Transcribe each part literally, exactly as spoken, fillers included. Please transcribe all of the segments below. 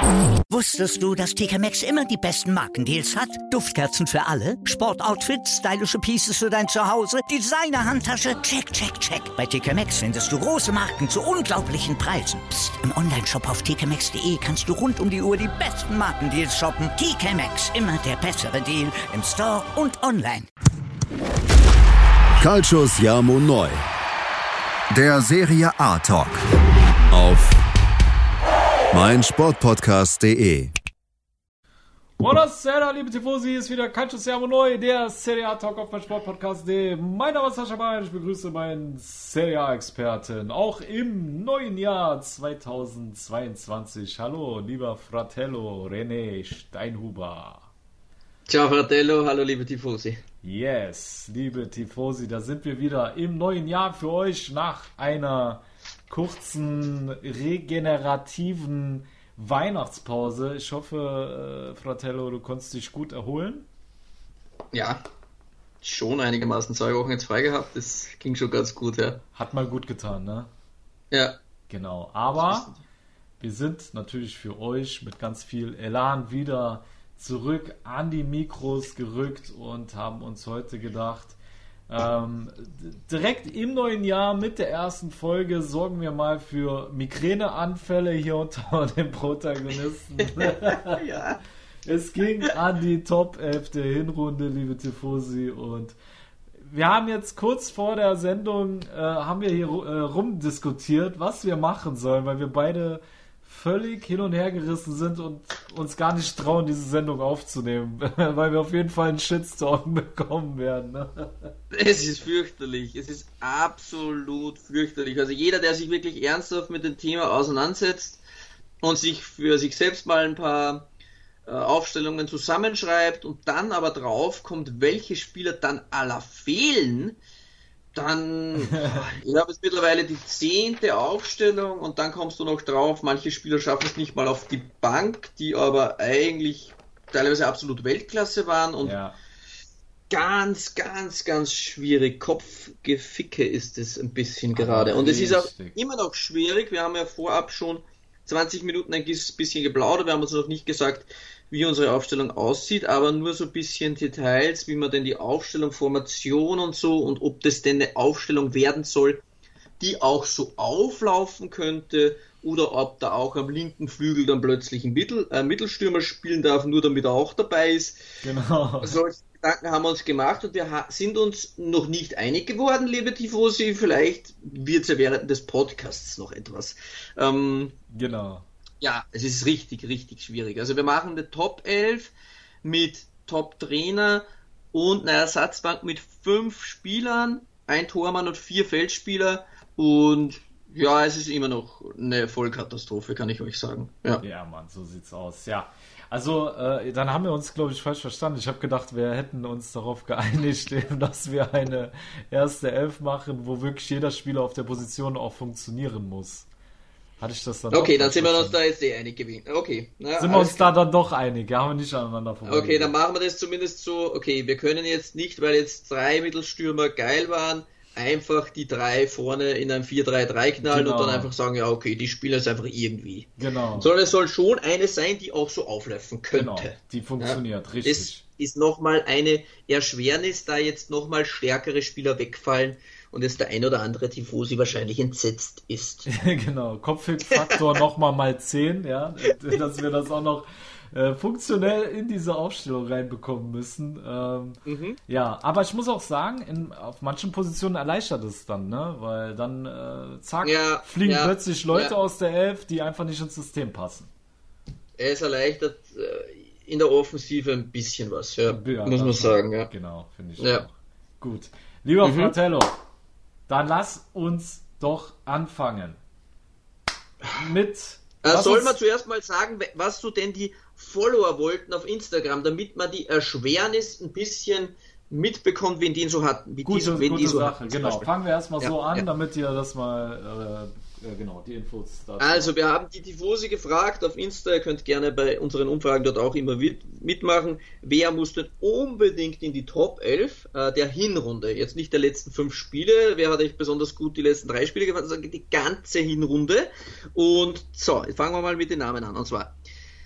Wusstest du, dass T K Maxx immer die besten Markendeals hat? Duftkerzen für alle, Sportoutfits, stylische Pieces für dein Zuhause, Designer-Handtasche, check, check, check. Bei T K Maxx findest du große Marken zu unglaublichen Preisen. Psst. Im Onlineshop auf t k maxx punkt d e kannst du rund um die Uhr die besten Markendeals shoppen. T K Maxx, immer der bessere Deal im Store und online. Calcius Jamo Neu. Der Serie A Talk. Auf meinsportpodcast punkt de. Buonasera, liebe Tifosi, ist wieder Calcius Jamo Neu, der Serie A Talk auf meinsportpodcast punkt de. Mein Name ist Sascha Bayer, ich begrüße meinen Serie A-Experten, auch im neuen Jahr zweitausendzweiundzwanzig. Hallo, lieber Fratello René Steinhuber. Ciao Fratello, hallo liebe Tifosi. Yes, liebe Tifosi, da sind wir wieder im neuen Jahr für euch nach einer kurzen, regenerativen Weihnachtspause. Ich hoffe, äh, Fratello, du konntest dich gut erholen. Ja, schon einigermaßen zwei Wochen jetzt frei gehabt, das ging schon ganz gut, ja. Hat mal gut getan, ne? Ja. Genau, aber wir sind natürlich für euch mit ganz viel Elan wieder zurück an die Mikros gerückt und haben uns heute gedacht, ähm, direkt im neuen Jahr mit der ersten Folge sorgen wir mal für Migräneanfälle hier unter den Protagonisten. Ja. Es ging an die Top elf der Hinrunde, liebe Tifosi, und wir haben jetzt kurz vor der Sendung äh, haben wir hier äh, rumdiskutiert, was wir machen sollen, weil wir beide völlig hin und her gerissen sind und uns gar nicht trauen, diese Sendung aufzunehmen, weil wir auf jeden Fall einen Shitstorm bekommen werden. Ne? Es ist fürchterlich, es ist absolut fürchterlich. Also jeder, der sich wirklich ernsthaft mit dem Thema auseinandersetzt und sich für sich selbst mal ein paar äh, Aufstellungen zusammenschreibt und dann aber drauf kommt, welche Spieler dann aller fehlen, dann, ich habe jetzt mittlerweile die zehnte Aufstellung und dann kommst du noch drauf, manche Spieler schaffen es nicht mal auf die Bank, die aber eigentlich teilweise absolut Weltklasse waren und ja. ganz, ganz, ganz schwierig. Kopfgeficke ist es ein bisschen gerade. Und es ist auch immer noch schwierig, wir haben ja vorab schon zwanzig Minuten ein bisschen geplaudert, wir haben uns noch nicht gesagt, wie unsere Aufstellung aussieht, aber nur so ein bisschen Details, wie man denn die Aufstellung, Formation und so und ob das denn eine Aufstellung werden soll, die auch so auflaufen könnte oder ob da auch am linken Flügel dann plötzlich ein Mittel, äh, Mittelstürmer spielen darf, nur damit er auch dabei ist. Genau. Solche Gedanken haben wir uns gemacht und wir ha- sind uns noch nicht einig geworden, liebe Tifosi, vielleicht wird es ja während des Podcasts noch etwas. Ähm, genau. Ja, es ist richtig, richtig schwierig. Also wir machen eine Top elf mit Top-Trainer und einer Ersatzbank mit fünf Spielern, ein Tormann und vier Feldspieler und ja, es ist immer noch eine Vollkatastrophe, kann ich euch sagen. Ja, ja Mann, so sieht's aus. Ja, also äh, dann haben wir uns, glaube ich, falsch verstanden. Ich habe gedacht, wir hätten uns darauf geeinigt, dass wir eine erste Elf machen, wo wirklich jeder Spieler auf der Position auch funktionieren muss. Hatte ich das dann Okay, dann sind wir uns da jetzt eh einig gewesen. Okay. Na, sind wir uns klar. da dann doch einig? Ja, haben wir nicht aneinander vorbei. Okay, dann machen wir das zumindest so. Okay, wir können jetzt nicht, weil jetzt drei Mittelstürmer geil waren, einfach die drei vorne in ein vier drei drei knallen genau. und dann einfach sagen, ja okay, die spielen es einfach irgendwie. Genau. Sondern es soll schon eine sein, die auch so auflaufen könnte. Genau, die funktioniert, ja, richtig. Das ist nochmal eine Erschwernis, da jetzt nochmal stärkere Spieler wegfallen und jetzt der ein oder andere Tifosi wahrscheinlich entsetzt ist. Genau, Kopfhilfaktor nochmal mal zehn, ja, dass wir das auch noch äh, funktionell in diese Aufstellung reinbekommen müssen. Ähm, mhm. Ja, aber ich muss auch sagen, in, auf manchen Positionen erleichtert es dann, ne, weil dann äh, zack, ja, fliegen ja, plötzlich Leute ja. aus der Elf, die einfach nicht ins System passen. Es erleichtert äh, in der Offensive ein bisschen was, ja, ja muss man sagen. Ja. Genau, finde ich ja. auch. Gut, lieber mhm. Fratello, dann lass uns doch anfangen. Mit. Äh, soll man zuerst mal sagen, was so denn die Follower wollten auf Instagram, damit man die Erschwernis ein bisschen mitbekommt, wen die so hatten. Wie gute die, wen gute die so Sache, hatten, genau. Fangen wir erstmal ja, so an, ja. damit ihr das mal, äh, genau, die Infos dazu. Also, wir haben die Tifosi gefragt auf Insta, ihr könnt gerne bei unseren Umfragen dort auch immer mitmachen, wer muss denn unbedingt in die Top elf äh, der Hinrunde, jetzt nicht der letzten fünf Spiele, wer hat euch besonders gut die letzten drei Spiele gemacht, sondern die ganze Hinrunde. Und so, jetzt fangen wir mal mit den Namen an, und zwar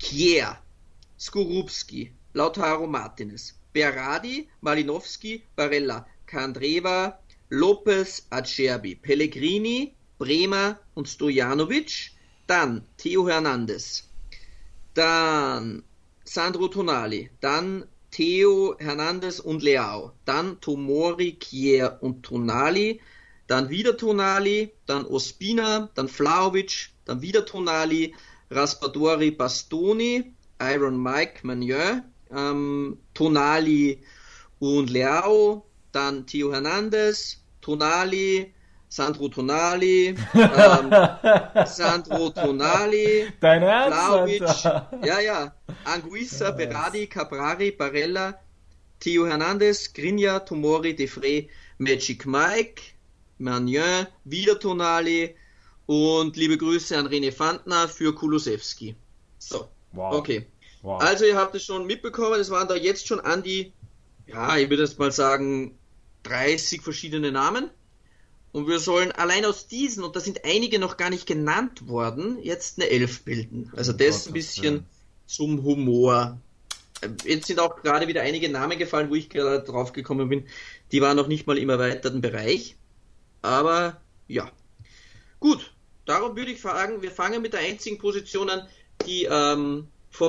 Kier, Skorupski, Lautaro Martinez, Berardi, Malinowski, Barella, Candreva, Lopez, Acerbi, Pellegrini, Bremer und Stojanovic. Dann Theo Hernandez. Dann Sandro Tonali. Dann Theo Hernandez und Leao. Dann Tomori, Kier und Tonali. Dann wieder Tonali. Dann Ospina. Dann Vlahovic. Dann wieder Tonali. Raspadori, Bastoni. Iron Mike, Magnon. Ähm, Tonali und Leao. Dann Theo Hernandez. Tonali. Sandro Tonali, ähm, Sandro Tonali, Dein Ernst, Vlahovic, Alter? ja, ja, Anguissa, Berardi, Caprari, Barella, Theo Hernandez, Grinja, Tomori, Defray, Magic Mike, Magnon, wieder Tonali und liebe Grüße an René Fandner für Kulusewski. So, Wow. okay. Wow. Also ihr habt es schon mitbekommen, es waren da jetzt schon an die, ja, ich würde jetzt mal sagen, dreißig verschiedene Namen. Und wir sollen allein aus diesen, und da sind einige noch gar nicht genannt worden, jetzt eine Elf bilden. Also das ein bisschen zum Humor. Jetzt sind auch gerade wieder einige Namen gefallen, wo ich gerade drauf gekommen bin. Die waren noch nicht mal im erweiterten Bereich. Aber ja. Gut, darum würde ich sagen, wir fangen mit der einzigen Position an, die ähm,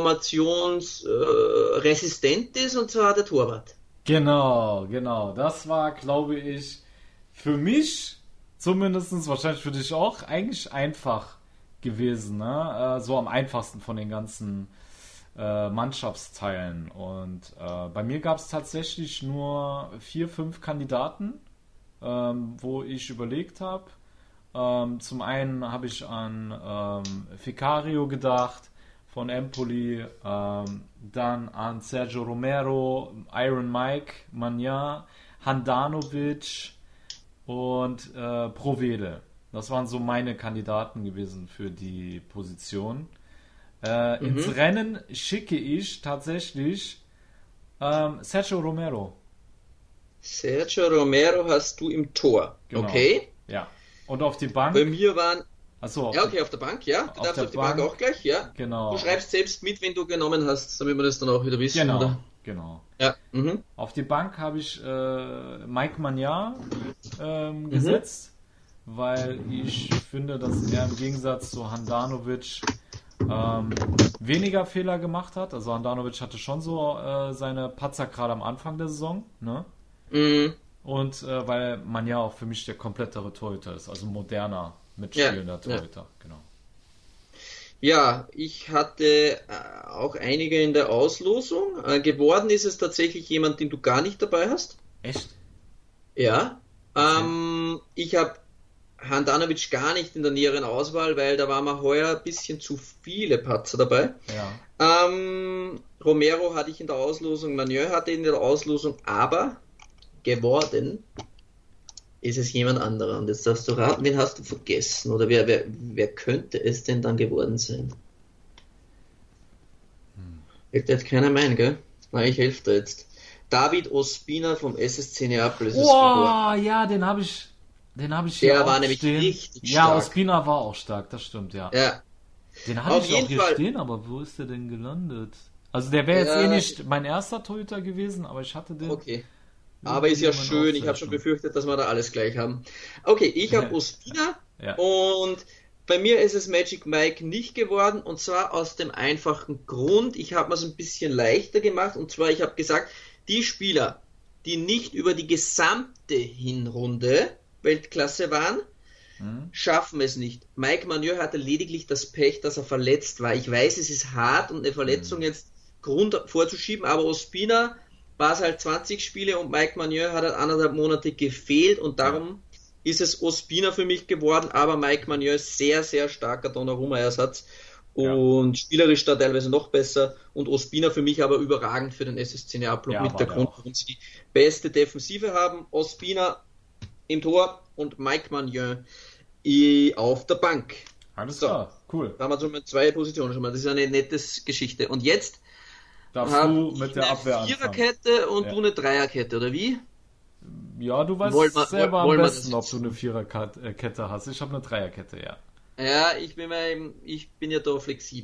formationsresistent äh, ist, und zwar der Torwart. Genau, genau. Das war, glaube ich, für mich zumindest, wahrscheinlich für dich auch, eigentlich einfach gewesen. Ne? Äh, so am einfachsten von den ganzen äh, Mannschaftsteilen. Und äh, bei mir gab es tatsächlich nur vier, fünf Kandidaten, ähm, wo ich überlegt habe. Ähm, zum einen habe ich an ähm, Vicario gedacht von Empoli, ähm, dann an Sergio Romero, Iron Mike, Magnon, Handanovic und äh, Provede. Das waren so meine Kandidaten gewesen für die Position. Äh, mhm. Ins Rennen schicke ich tatsächlich ähm, Sergio Romero. Sergio Romero hast du im Tor. Genau. Okay. Ja. Und auf die Bank. Bei mir waren. Achso. Ja, okay, auf der Bank, ja. Du auf darfst der auf die Bank, Bank auch gleich, ja. Genau. Du schreibst selbst mit, wenn du genommen hast, damit wir das dann auch wieder wissen, genau. oder? Genau. Ja. Mhm. Auf die Bank habe ich äh, Mike Magnon ähm, mhm. gesetzt, weil ich finde, dass er im Gegensatz zu Handanovic ähm, weniger Fehler gemacht hat. Also Handanovic hatte schon so äh, seine Patzer gerade am Anfang der Saison, ne? Mhm. Und äh, weil Magnon auch für mich der komplettere Torhüter ist, also moderner mitspielender ja, Torhüter, ja. genau. Ja, ich hatte äh, auch einige in der Auslosung. Äh, geworden ist es tatsächlich jemand, den du gar nicht dabei hast. Echt? Ja. Okay. Ähm, ich habe Handanovic gar nicht in der näheren Auswahl, weil da waren mir heuer ein bisschen zu viele Patzer dabei. Ja. Ähm, Romero hatte ich in der Auslosung, Magnon hatte in der Auslosung, aber geworden ist es jemand anderer. Und jetzt darfst du raten, wen hast du vergessen? Oder wer, wer, wer könnte es denn dann geworden sein? Hm. Fällt jetzt keiner mein, gell? Na, ich helfe dir jetzt. David Ospina vom S S C Neapel ist es oh, ja, den habe ich den habe ich hier Der auch war nämlich stehen. richtig ja, stark. Ospina war auch stark, das stimmt, ja. Ja. Den hatte Auf ich auch jeden hier Fall. stehen, aber wo ist der denn gelandet? Also der wäre jetzt Ja. eh nicht mein erster Torhüter gewesen, aber ich hatte den... Okay. Aber ist ja schön, ich habe schon befürchtet, dass wir da alles gleich haben. Okay, ich habe Ospina Ja. und bei mir ist es Magic Mike nicht geworden, und zwar aus dem einfachen Grund, ich habe mir es ein bisschen leichter gemacht, und zwar ich habe gesagt, die Spieler, die nicht über die gesamte Hinrunde Weltklasse waren, Hm? schaffen es nicht. Mike Magnon hatte lediglich das Pech, dass er verletzt war. Ich weiß, es ist hart und eine Verletzung Hm. jetzt Grund vorzuschieben, aber Ospina war es halt zwanzig Spiele und Mike Magnon hat halt anderthalb Monate gefehlt, und darum ist es Ospina für mich geworden, aber Mike Magnon ist sehr, sehr starker Donnarumma-Ersatz und ja. spielerisch da teilweise noch besser, und Ospina für mich aber überragend für den S S C Neapel, Ja, mit war der der Grund, auch. warum sie die beste Defensive haben. Ospina im Tor und Mike Magnon i- auf der Bank. Alles So. klar, cool. Da haben wir schon mal zwei Positionen schon mal. Das ist eine nette Geschichte. Und jetzt Darfst habe du ich mit der eine Abwehr anfangen? Viererkette und Ja. du eine Dreierkette, oder wie? Ja, du weißt Wollen wir- selber wollen am wir besten, das ob du eine Viererkette hast. Ich habe eine Dreierkette, ja. Ja, ich bin, mal, ich bin ja da flexibel.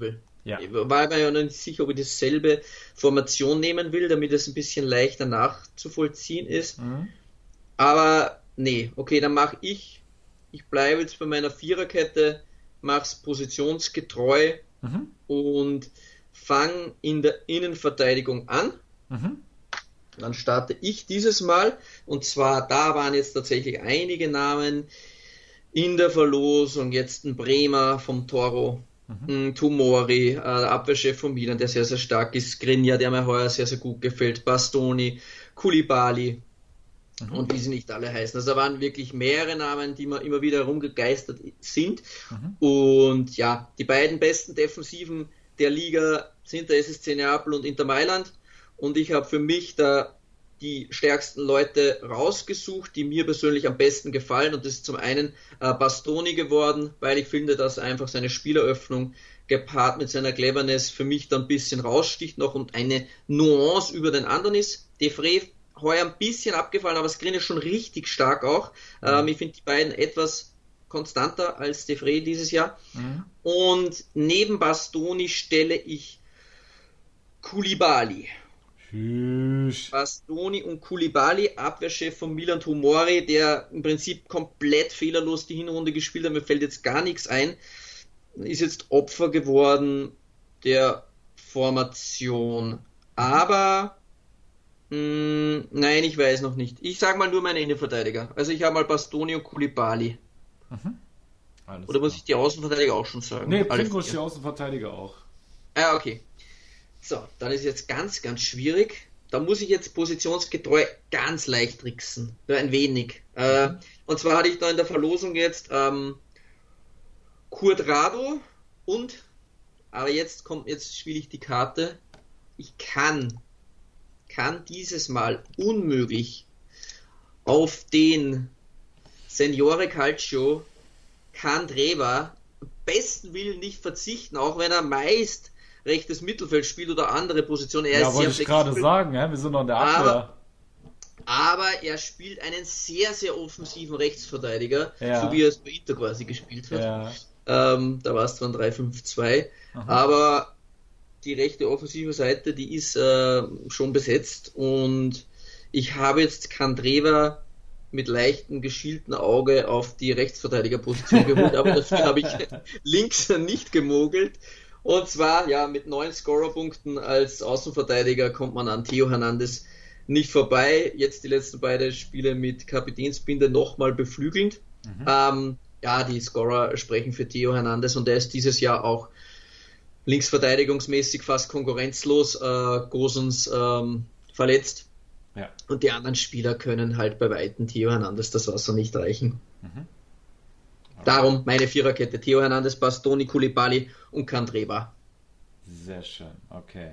Ja. War mir ja noch nicht sicher, ob ich dasselbe Formation nehmen will, damit es ein bisschen leichter nachzuvollziehen ist. Mhm. Aber nee, okay, dann mache ich, ich bleibe jetzt bei meiner Viererkette, mach's positionsgetreu mhm. und fang in der Innenverteidigung an. Mhm. Dann starte ich dieses Mal, und zwar da waren jetzt tatsächlich einige Namen in der Verlosung, jetzt ein Bremer vom Toro, mhm. Tomori, äh, Abwehrchef von Milan, der sehr, sehr stark ist, Skriniar, der mir heuer sehr, sehr gut gefällt, Bastoni, Koulibaly mhm. und wie sie nicht alle heißen. Also da waren wirklich mehrere Namen, die mir immer wieder herumgegeistert sind. Mhm. Und ja, die beiden besten Defensiven der Liga sind der S S C Neapel und Inter Mailand. Und ich habe für mich da die stärksten Leute rausgesucht, die mir persönlich am besten gefallen. Und das ist zum einen äh, Bastoni geworden, weil ich finde, dass einfach seine Spieleröffnung gepaart mit seiner Cleverness für mich da ein bisschen raussticht noch und eine Nuance über den anderen ist. De Vrij heuer ein bisschen abgefallen, aber Skriniar ist schon richtig stark auch. Mhm. Ähm, ich finde die beiden etwas konstanter als De Vrij dieses Jahr. Mhm. Und neben Bastoni stelle ich Koulibaly. Tschüss. Bastoni und Koulibaly, Abwehrchef von Milan Tomori, der im Prinzip komplett fehlerlos die Hinrunde gespielt hat, mir fällt jetzt gar nichts ein, ist jetzt Opfer geworden der Formation. Aber mh, nein, ich weiß noch nicht. Ich sage mal nur meine Innenverteidiger. Also ich habe mal Bastoni und Koulibaly. Mhm. Oder klar. Muss ich die Außenverteidiger auch schon sagen? Nee, Pringo ist die Außenverteidiger auch. Ah, okay. So, dann ist jetzt ganz, ganz schwierig. Da muss ich jetzt positionsgetreu ganz leicht tricksen. Nur ein wenig. Mhm. Äh, und zwar hatte ich da in der Verlosung jetzt ähm, Cuadrado und, aber jetzt kommt, jetzt spiele ich die Karte. Ich kann, kann dieses Mal unmöglich auf den Signore Calcio Candreva besten Willen nicht verzichten, auch wenn er meist rechtes Mittelfeld spielt oder andere Positionen. Er ja, ist wollte ich gerade sagen, ja? Wir sind noch in der Abwehr. Aber, aber er spielt einen sehr, sehr offensiven Rechtsverteidiger, ja. So wie er es bei Inter quasi gespielt hat. Ja. Ähm, da war es zwar ein drei fünf zwei, aber die rechte offensive Seite, die ist äh, schon besetzt und ich habe jetzt Candreva mit leichtem geschielten Auge auf die Rechtsverteidigerposition geholt, aber dafür habe ich links nicht gemogelt. Und zwar, ja, mit neun Scorerpunkten als Außenverteidiger kommt man an Theo Hernandez nicht vorbei. Jetzt die letzten beiden Spiele mit Kapitänsbinde nochmal beflügelnd. Mhm. Ähm, ja, die Scorer sprechen für Theo Hernandez und er ist dieses Jahr auch linksverteidigungsmäßig fast konkurrenzlos. Äh, Gosens ähm, verletzt. Ja. Und die anderen Spieler können halt bei Weitem Theo Hernandez das Wasser nicht reichen. Mhm. Darum meine Viererkette: Theo Hernandez, Bastoni, Koulibaly und Candreva. Sehr schön, okay.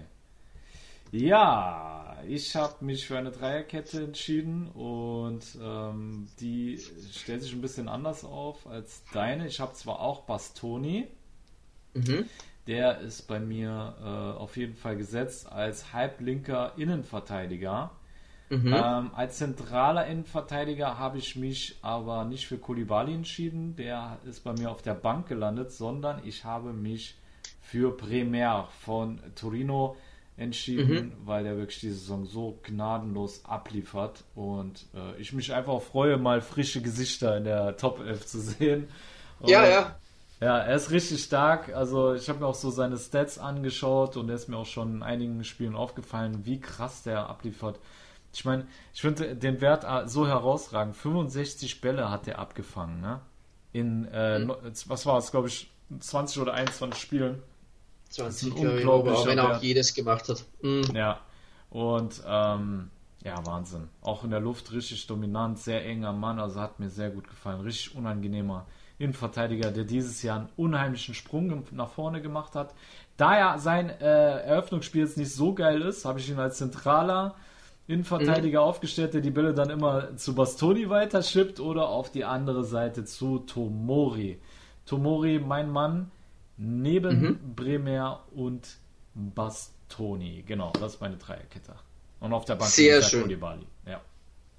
Ja, ich habe mich für eine Dreierkette entschieden und ähm, die stellt sich ein bisschen anders auf als deine. Ich habe zwar auch Bastoni, mhm. der ist bei mir äh, auf jeden Fall gesetzt als halblinker Innenverteidiger. Mhm. Ähm, als zentraler Innenverteidiger habe ich mich aber nicht für Koulibaly entschieden, der ist bei mir auf der Bank gelandet, sondern ich habe mich für Bremer von Torino entschieden, mhm. weil der wirklich die Saison so gnadenlos abliefert und äh, ich mich einfach freue, mal frische Gesichter in der Top elf zu sehen. Und ja, ja. Ja, er ist richtig stark, also ich habe mir auch so seine Stats angeschaut und er ist mir auch schon in einigen Spielen aufgefallen, wie krass der abliefert. Ich meine, ich finde den Wert so herausragend. fünfundsechzig Bälle hat er abgefangen, ne? In, äh, mhm. was war es, glaube ich, zwanzig oder einundzwanzig Spielen. zwanzig, unglaublich, auch wenn er auch jedes gemacht hat. Mhm. Ja, und ähm, ja, Wahnsinn. Auch in der Luft richtig dominant, sehr enger Mann, also hat mir sehr gut gefallen. Richtig unangenehmer Innenverteidiger, der dieses Jahr einen unheimlichen Sprung nach vorne gemacht hat. Da ja sein äh, Eröffnungsspiel jetzt nicht so geil ist, habe ich ihn als zentraler Innenverteidiger mhm. aufgestellt, der die Bälle dann immer zu Bastoni weiterschippt oder auf die andere Seite zu Tomori. Tomori, mein Mann, neben mhm. Bremer und Bastoni. Genau, das ist meine Dreierkette. Und auf der Bank sehr schön. Koulibaly. Ja.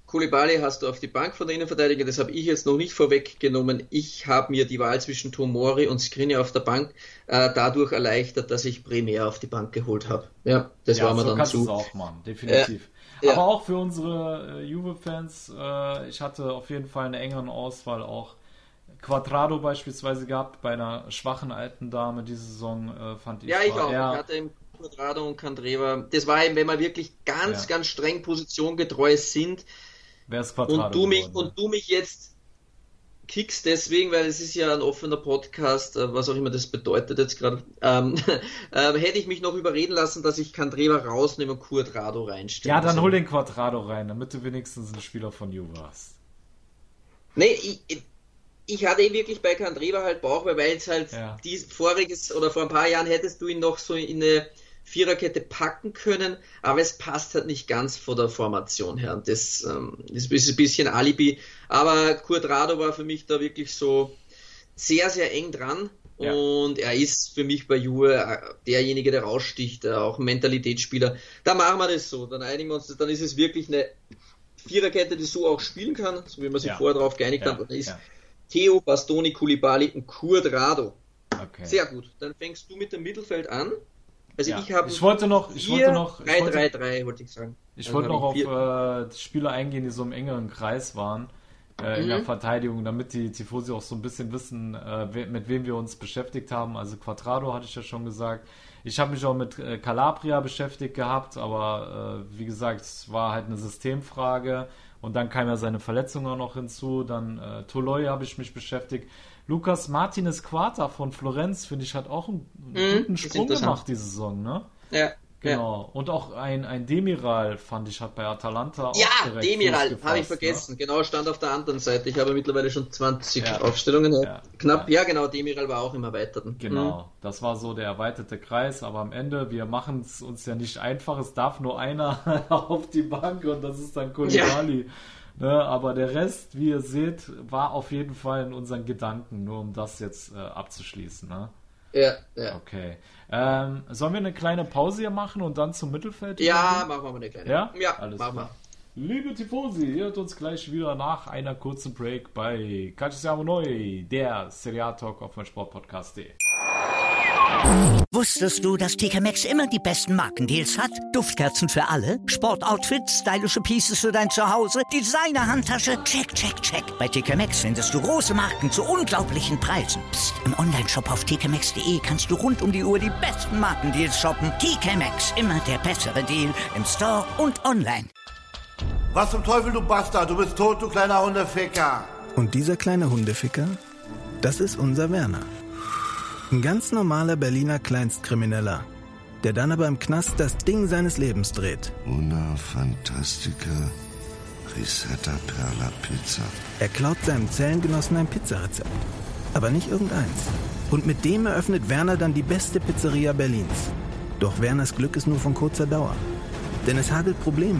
Koulibaly hast du auf die Bank von der Innenverteidigung, das habe ich jetzt noch nicht vorweggenommen. Ich habe mir die Wahl zwischen Tomori und Skriniar auf der Bank äh, dadurch erleichtert, dass ich Bremer auf die Bank geholt habe. Ja, das ja, war mir so dann kannst zu. Es auch machen, definitiv. Äh, ja. Aber auch für unsere äh, Juve-Fans, äh, ich hatte auf jeden Fall eine engere Auswahl auch Quadrado beispielsweise gehabt, bei einer schwachen alten Dame diese Saison, äh, fand ich. Ja, ich auch. Eher, ich hatte im Quadrado und Candreva. Das war eben, wenn wir wirklich ganz, ja. ganz streng positiongetreu sind. Wer ist Quadrado und du mich geworden, Und du mich jetzt kickst deswegen, weil es ist ja ein offener Podcast, was auch immer das bedeutet jetzt gerade, ähm, äh, hätte ich mich noch überreden lassen, dass ich Candreva rausnehme und Quadrado reinstelle. Ja, dann hol den Quadrado rein, damit du wenigstens einen Spieler von Juve hast. Nee, ich, ich hatte eh wirklich bei Candreva halt Bauch, weil es halt ja. die voriges oder vor ein paar Jahren hättest du ihn noch so in eine Viererkette packen können, aber es passt halt nicht ganz von der Formation her. Und das, ähm, das ist ein bisschen Alibi. Aber Quadrado war für mich da wirklich so sehr, sehr eng dran. Ja. Und er ist für mich bei Juve derjenige, der raussticht, auch ein Mentalitätsspieler. Da machen wir das so. Dann einigen wir uns, dann ist es wirklich eine Viererkette, die so auch spielen kann, so wie wir sich ja. vorher darauf geeinigt ja. haben. Dann ist ja. Theo, Bastoni, Koulibaly und Quadrado. Okay. Sehr gut. Dann fängst du mit dem Mittelfeld an. Also ja. ich habe ich wollte noch, ich wollte noch drei drei drei wollte ich sagen. Ich wollte noch auf äh, Spieler eingehen, die so im engeren Kreis waren äh, mhm. in der Verteidigung, damit die Tifosi auch so ein bisschen wissen, äh, we- mit wem wir uns beschäftigt haben. Also Quadrado hatte ich ja schon gesagt. Ich habe mich auch mit äh, Calabria beschäftigt gehabt, aber äh, wie gesagt, es war halt eine Systemfrage und dann kam ja seine Verletzung auch noch hinzu. Dann äh, Toloi habe ich mich beschäftigt. Lucas Martinez Quarta von Florenz, finde ich, hat auch einen mhm, guten Sprung gemacht diese Saison, ne? Ja. Genau. Ja. Und auch ein, ein Demiral, fand ich, hat bei Atalanta ja, auch direkt Demiral, habe ich vergessen. Ne? Genau, stand auf der anderen Seite. Ich habe mittlerweile schon zwanzig ja. Aufstellungen. Ja. Knapp, ja. ja genau, Demiral war auch im Erweiterten. Genau, mhm. das war so der erweiterte Kreis, aber am Ende, wir machen es uns ja nicht einfach. Es darf nur einer auf die Bank und das ist dann Koulibaly. Ja. Ne, aber der Rest, wie ihr seht, war auf jeden Fall in unseren Gedanken, nur um das jetzt äh, abzuschließen. Ne? Ja, ja. Okay. Ähm, sollen wir eine kleine Pause hier machen und dann zum Mittelfeld? Ja, machen wir mal eine kleine. Ja? Ja, alles machen klar. Liebe Tifosi, ihr hört uns gleich wieder nach einer kurzen Break bei Calcio Siamo Noi, der Serie A Talk auf mein Sportpodcast punkt de. Wusstest du, dass T K Maxx immer die besten Markendeals hat? Duftkerzen für alle, Sportoutfits, stylische Pieces für dein Zuhause, Designer-Handtasche, check, check, check. Bei T K Maxx findest du große Marken zu unglaublichen Preisen. Psst. Im Onlineshop auf t k maxx punkt de kannst du rund um die Uhr die besten Markendeals shoppen. T K Maxx, immer der bessere Deal im Store und online. Was zum Teufel, du Bastard? Du bist tot, du kleiner Hundeficker. Und dieser kleine Hundeficker, das ist unser Werner. Ein ganz normaler Berliner Kleinstkrimineller, der dann aber im Knast das Ding seines Lebens dreht. Una Fantastica Risetta Perla Pizza. Er klaut seinem Zellengenossen ein Pizzarezept. Aber nicht irgendeins. Und mit dem eröffnet Werner dann die beste Pizzeria Berlins. Doch Werners Glück ist nur von kurzer Dauer. Denn es hagelt Probleme.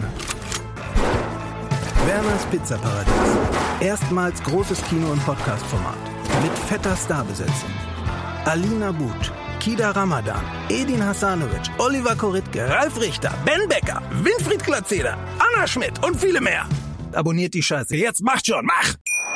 Werners Pizzaparadies. Erstmals großes Kino- und Podcast-Format. Mit fetter Starbesetzung. Alina But, Kida Ramadan, Edin Hasanovic, Oliver Koritke, Ralf Richter, Ben Becker, Winfried Glatzeder, Anna Schmidt und viele mehr. Abonniert die Scheiße. Jetzt macht schon, mach!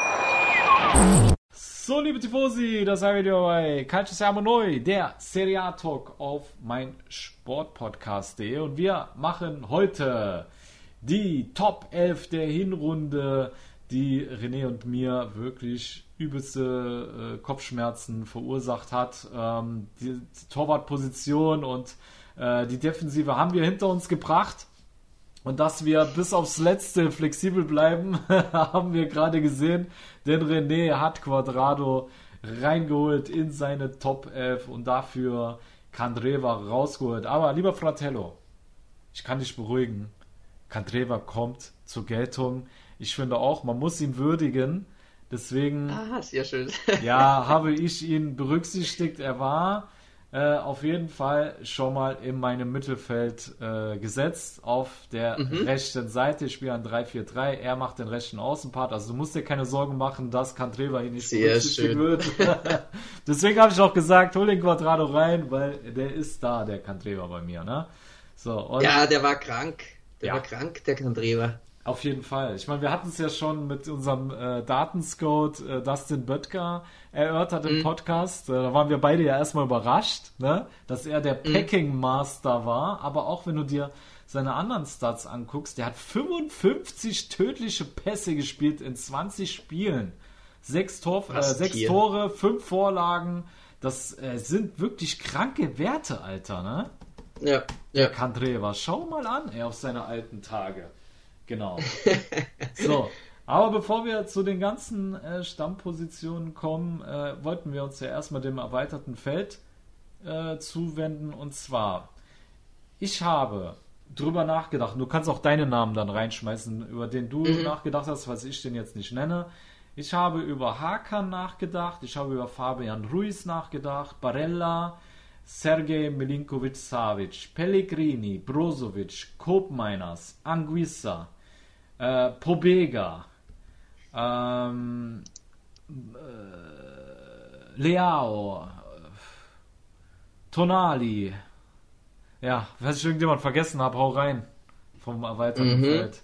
So, liebe Tifosi, das haben wir wieder bei Calcio Siamo Noi, der Serie A Talk auf mein Sportpodcast punkt de und wir machen heute die Top elf der Hinrunde, die René und mir wirklich übelste äh, Kopfschmerzen verursacht hat. Ähm, die, die Torwartposition und äh, die Defensive haben wir hinter uns gebracht. Und dass wir bis aufs Letzte flexibel bleiben, haben wir gerade gesehen. Denn René hat Quadrado reingeholt in seine Top elf und dafür Candreva rausgeholt. Aber lieber Fratello, ich kann dich beruhigen. Candreva kommt zur Geltung. Ich finde auch, man muss ihn würdigen. Deswegen ah, sehr schön. ja, habe ich ihn berücksichtigt. Er war äh, auf jeden Fall schon mal in meinem Mittelfeld äh, gesetzt, auf der mhm. rechten Seite. Ich spiele ein drei vier drei. Er macht den rechten Außenpart. Also du musst dir keine Sorgen machen, dass Candreva ihn nicht sehr berücksichtigt schön. wird. Deswegen habe ich auch gesagt, hol den Quadrado rein, weil der ist da, der Candreva bei mir. Ne? So, und ja, der war krank. Der ja. war krank, der Candreva. Auf jeden Fall. Ich meine, wir hatten es ja schon mit unserem äh, Datenscout äh, Dustin Böttger erörtert im mhm. Podcast. Äh, da waren wir beide ja erstmal überrascht, ne? Dass er der mhm. Packing Master war. Aber auch wenn du dir seine anderen Stats anguckst, der hat fünfundfünfzig tödliche Pässe gespielt in zwanzig Spielen. Sechs, Tor, äh, sechs Tore, fünf Vorlagen. Das äh, sind wirklich kranke Werte, Alter, ne? Ja. Der ja. Candreva, schau mal an, ey, auf seine alten Tage. Genau. So, aber bevor wir zu den ganzen äh, Stammpositionen kommen, äh, wollten wir uns ja erstmal dem erweiterten Feld äh, zuwenden. Und zwar, ich habe drüber nachgedacht, du kannst auch deine Namen dann reinschmeißen, über den du mhm. nachgedacht hast, was ich den jetzt nicht nenne. Ich habe über Hakan nachgedacht, ich habe über Fabian Ruiz nachgedacht, Barella, Sergej Milinkovic-Savic, Pellegrini, Brozovic, Koopmeiners, Anguissa, äh, Pobega, ähm, äh, Leao, Tonali. Ja, falls ich irgendjemand vergessen habe, hau rein vom erweiterten mhm. Feld.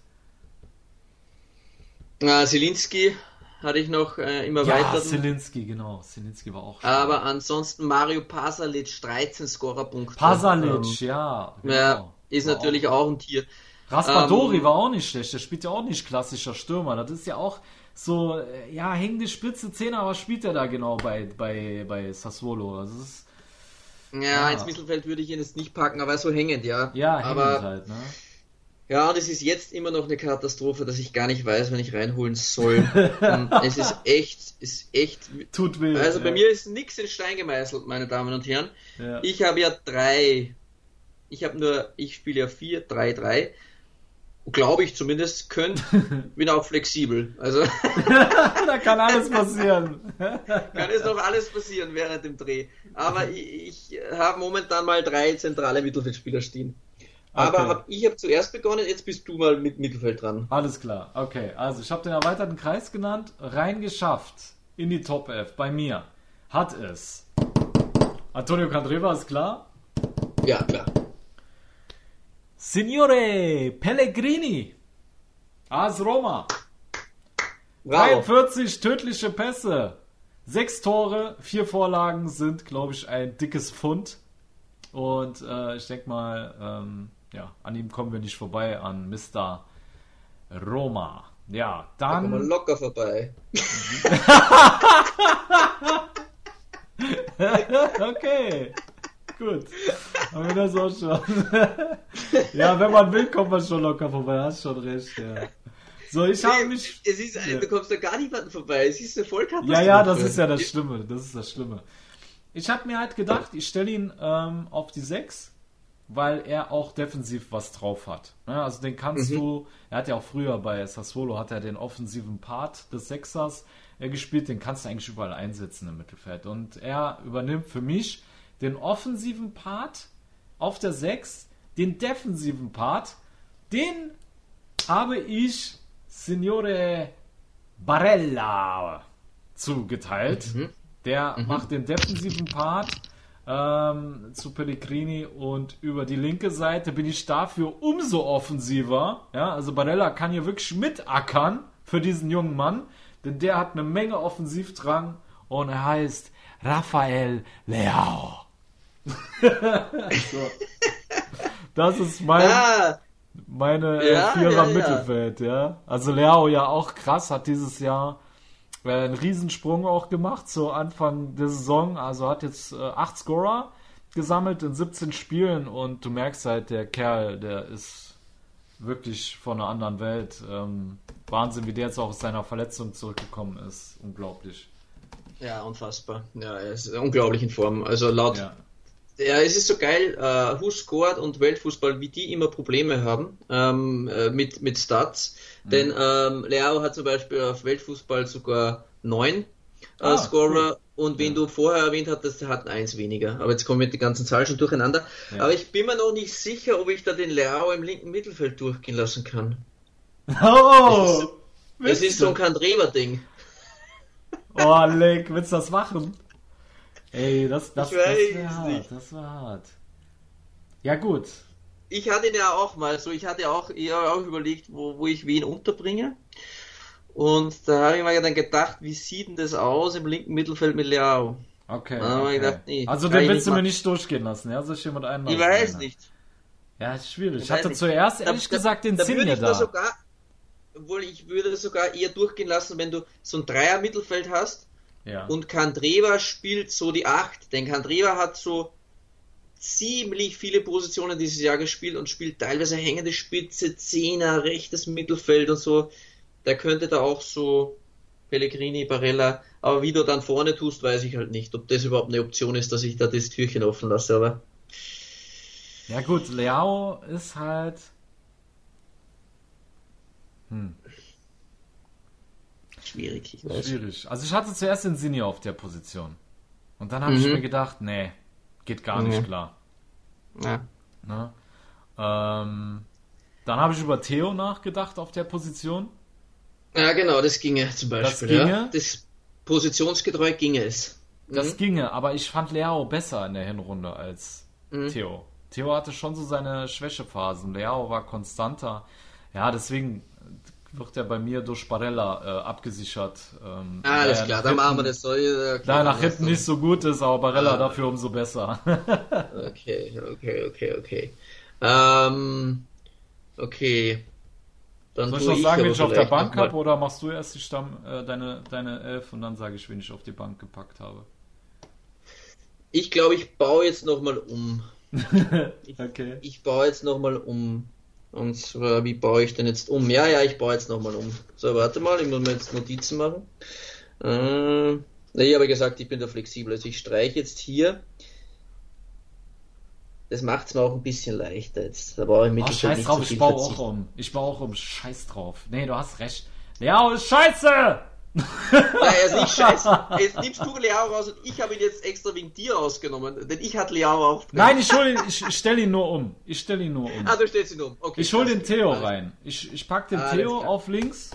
Ah, Zielinski hatte ich noch äh, immer ja, weiter. Ja, Zielinski, genau. Zielinski war auch. Aber stark. Ansonsten Mario Pasalic, dreizehn Scorerpunkte. Pasalic, ähm, ja. Genau. Ja, ist war natürlich auch. auch ein Tier. Raspadori ähm, war auch nicht schlecht. Der spielt ja auch nicht klassischer Stürmer. Das ist ja auch so, ja, hängende Spitze Zehner, aber spielt er da genau bei, bei, bei Sassuolo. Das ist, ja, ja, ins Mittelfeld würde ich ihn jetzt nicht packen, aber so hängend, ja. Ja, hängend aber, halt, ne? Ja, das ist jetzt immer noch eine Katastrophe, dass ich gar nicht weiß, wann ich reinholen soll. Es ist echt, ist echt. Tut weh. Also bei ja. mir ist nichts in Stein gemeißelt, meine Damen und Herren. Ja. Ich habe ja drei. Ich habe nur, ich spiele ja vier, drei, drei. Glaube ich zumindest, könnte, bin auch flexibel. Also. Da kann alles passieren. Kann es noch alles passieren während dem Dreh. Aber ich, ich habe momentan mal drei zentrale Mittelfeldspieler stehen. Aber okay. hab, ich habe zuerst begonnen, jetzt bist du mal mit Mittelfeld dran. Alles klar, okay. Also ich habe den erweiterten Kreis genannt, reingeschafft in die Top elf. Bei mir hat es Antonio Candreva, ist klar? Ja, klar. Signore Pellegrini, A S Roma. Bravo. dreiundvierzig tödliche Pässe, sechs Tore, vier Vorlagen sind, glaube ich, ein dickes Pfund. Und äh, ich denke mal, ähm, ja, an ihm kommen wir nicht vorbei, an Mister Roma. Ja, dann... Da kommen wir locker vorbei. Okay, gut. Haben wir das auch schon. Ja, wenn man will, kommt man schon locker vorbei, hast schon recht, ja. So, ich habe mich... Es ist, ja. Du kommst da gar niemanden vorbei, es ist eine Vollkatastrophe. Ja, ja, das ist ja das Schlimme, das ist das Schlimme. Ich habe mir halt gedacht, ich stelle ihn ähm, auf die sechs, weil er auch defensiv was drauf hat. Ja, also den kannst mhm. du, er hat ja auch früher bei Sassuolo, hat er den offensiven Part des Sechsers äh, gespielt, den kannst du eigentlich überall einsetzen im Mittelfeld. Und er übernimmt für mich den offensiven Part auf der sechs, den defensiven Part, den habe ich Signore Barella zugeteilt. Mhm. Der mhm. macht den defensiven Part ähm, zu Pellegrini und über die linke Seite bin ich dafür umso offensiver. Ja, also Barella kann hier wirklich mitackern für diesen jungen Mann, denn der hat eine Menge Offensivdrang und er heißt Rafael Leao. So. Das ist mein, ah, meine ja, äh, Vierer ja, Mittelfeld. Ja. Ja. Also Leao ja auch krass, hat dieses Jahr einen Riesensprung auch gemacht zu Anfang der Saison, also hat jetzt äh, acht Scorer gesammelt in siebzehn Spielen und du merkst halt, der Kerl, der ist wirklich von einer anderen Welt. Ähm, Wahnsinn, wie der jetzt auch aus seiner Verletzung zurückgekommen ist. Unglaublich. Ja, unfassbar. Ja, er ist unglaublich in Form. Also laut... Ja. Ja, es ist so geil, uh, Who Scored und Weltfußball, wie die immer Probleme haben ähm, äh, mit, mit Stats. Mhm. Denn ähm, Leao hat zum Beispiel auf Weltfußball sogar neun äh, ah, Scorer cool. Und wen ja. du vorher erwähnt hattest, der hat eins weniger. Aber jetzt kommen wir mit den ganzen Zahlen schon durcheinander. Ja. Aber ich bin mir noch nicht sicher, ob ich da den Leao im linken Mittelfeld durchgehen lassen kann. Oh! Das ist, ist so ein Candreva-Ding. Oh, Leck, willst du das machen? Ey, das, das, ich das weiß wäre hart, nicht. das war hart. Ja gut, ich hatte ihn ja auch mal so, ich hatte auch, ich habe auch überlegt, wo, wo ich wen unterbringe. Und da habe ich mir dann gedacht, wie sieht denn das aus im linken Mittelfeld mit Leao? Okay. Dann habe okay. ich gedacht, nee, also kann den ich willst du nicht mir machen. nicht durchgehen lassen, ja? Soll ich jemand einladen? Ich weiß nicht. Ja, ist schwierig. Ich, Ich weiß hatte nicht. zuerst Da- ehrlich da- gesagt den da würde Sinne ich da da. sogar, obwohl ich würde das sogar eher durchgehen lassen, wenn du so ein Dreier-Mittelfeld hast Ja. und Kandreva spielt so die acht. Denn Kandreva hat so ziemlich viele Positionen dieses Jahr gespielt und spielt teilweise hängende Spitze, Zehner, rechtes Mittelfeld und so. Der könnte da auch so Pellegrini, Barella, aber wie du dann vorne tust, weiß ich halt nicht, ob das überhaupt eine Option ist, dass ich da das Türchen offen lasse, aber Ja gut, Leao ist halt... Hm, schwierig, ich weiß. schwierig. Also ich hatte zuerst den Sinne auf der Position. Und dann habe ich Mhm. mir gedacht, nee, geht gar nicht Mhm. klar. Ja. Ne? Ähm, dann habe ich über Theo nachgedacht auf der Position. Ja, genau, das ginge zum Beispiel. ginge? Ja. Das positionsgetreu ginge es. Das Mhm. ginge, aber ich fand Leao besser in der Hinrunde als Mhm. Theo. Theo hatte schon so seine Schwächephasen. Leao war konstanter. Ja, deswegen wird er bei mir durch Barella äh, abgesichert. Ähm, Ah, alles da er klar, nach dann machen wir hinten- das so. Okay, Da er nach dann hinten hast nicht so gut ist, aber Barella Ah. dafür umso besser. du- Okay, okay, okay, okay. Ähm, okay. Dann Soll ich tue noch sagen, wen aber ich auf der vielleicht Bank noch mal- habe, oder machst du erst die Stamm, äh, deine, deine Elf und dann sage ich, wen ich auf die Bank gepackt habe? Ich glaube, ich baue jetzt nochmal um. Okay. Ich baue jetzt nochmal um. Und zwar, wie baue ich denn jetzt um? Ja, ja, ich baue jetzt nochmal um. So, warte mal, ich muss mir jetzt Notizen machen. Äh, ich habe gesagt, ich bin da flexibel. Also ich streiche jetzt hier. Das macht es mir auch ein bisschen leichter jetzt. Da brauche ich Oh, Mittelfeld scheiß nicht drauf, so ich viel baue auch verzichten. um. Ich baue auch um. Scheiß drauf. Nee, du hast recht. Leao ist scheiße! Ja, er ist nicht scheiße. Jetzt nimmst du Leao raus und ich habe ihn jetzt extra wegen dir ausgenommen. Denn ich hatte Leao auch drin. Nein, ich hol ihn, ich, ich stelle ihn nur um. Ich stelle ihn nur um. Ah, du stellst ihn um. Okay. Ich hol den das- Theo alles- rein. Ich, ich pack den Alles Theo klar. auf links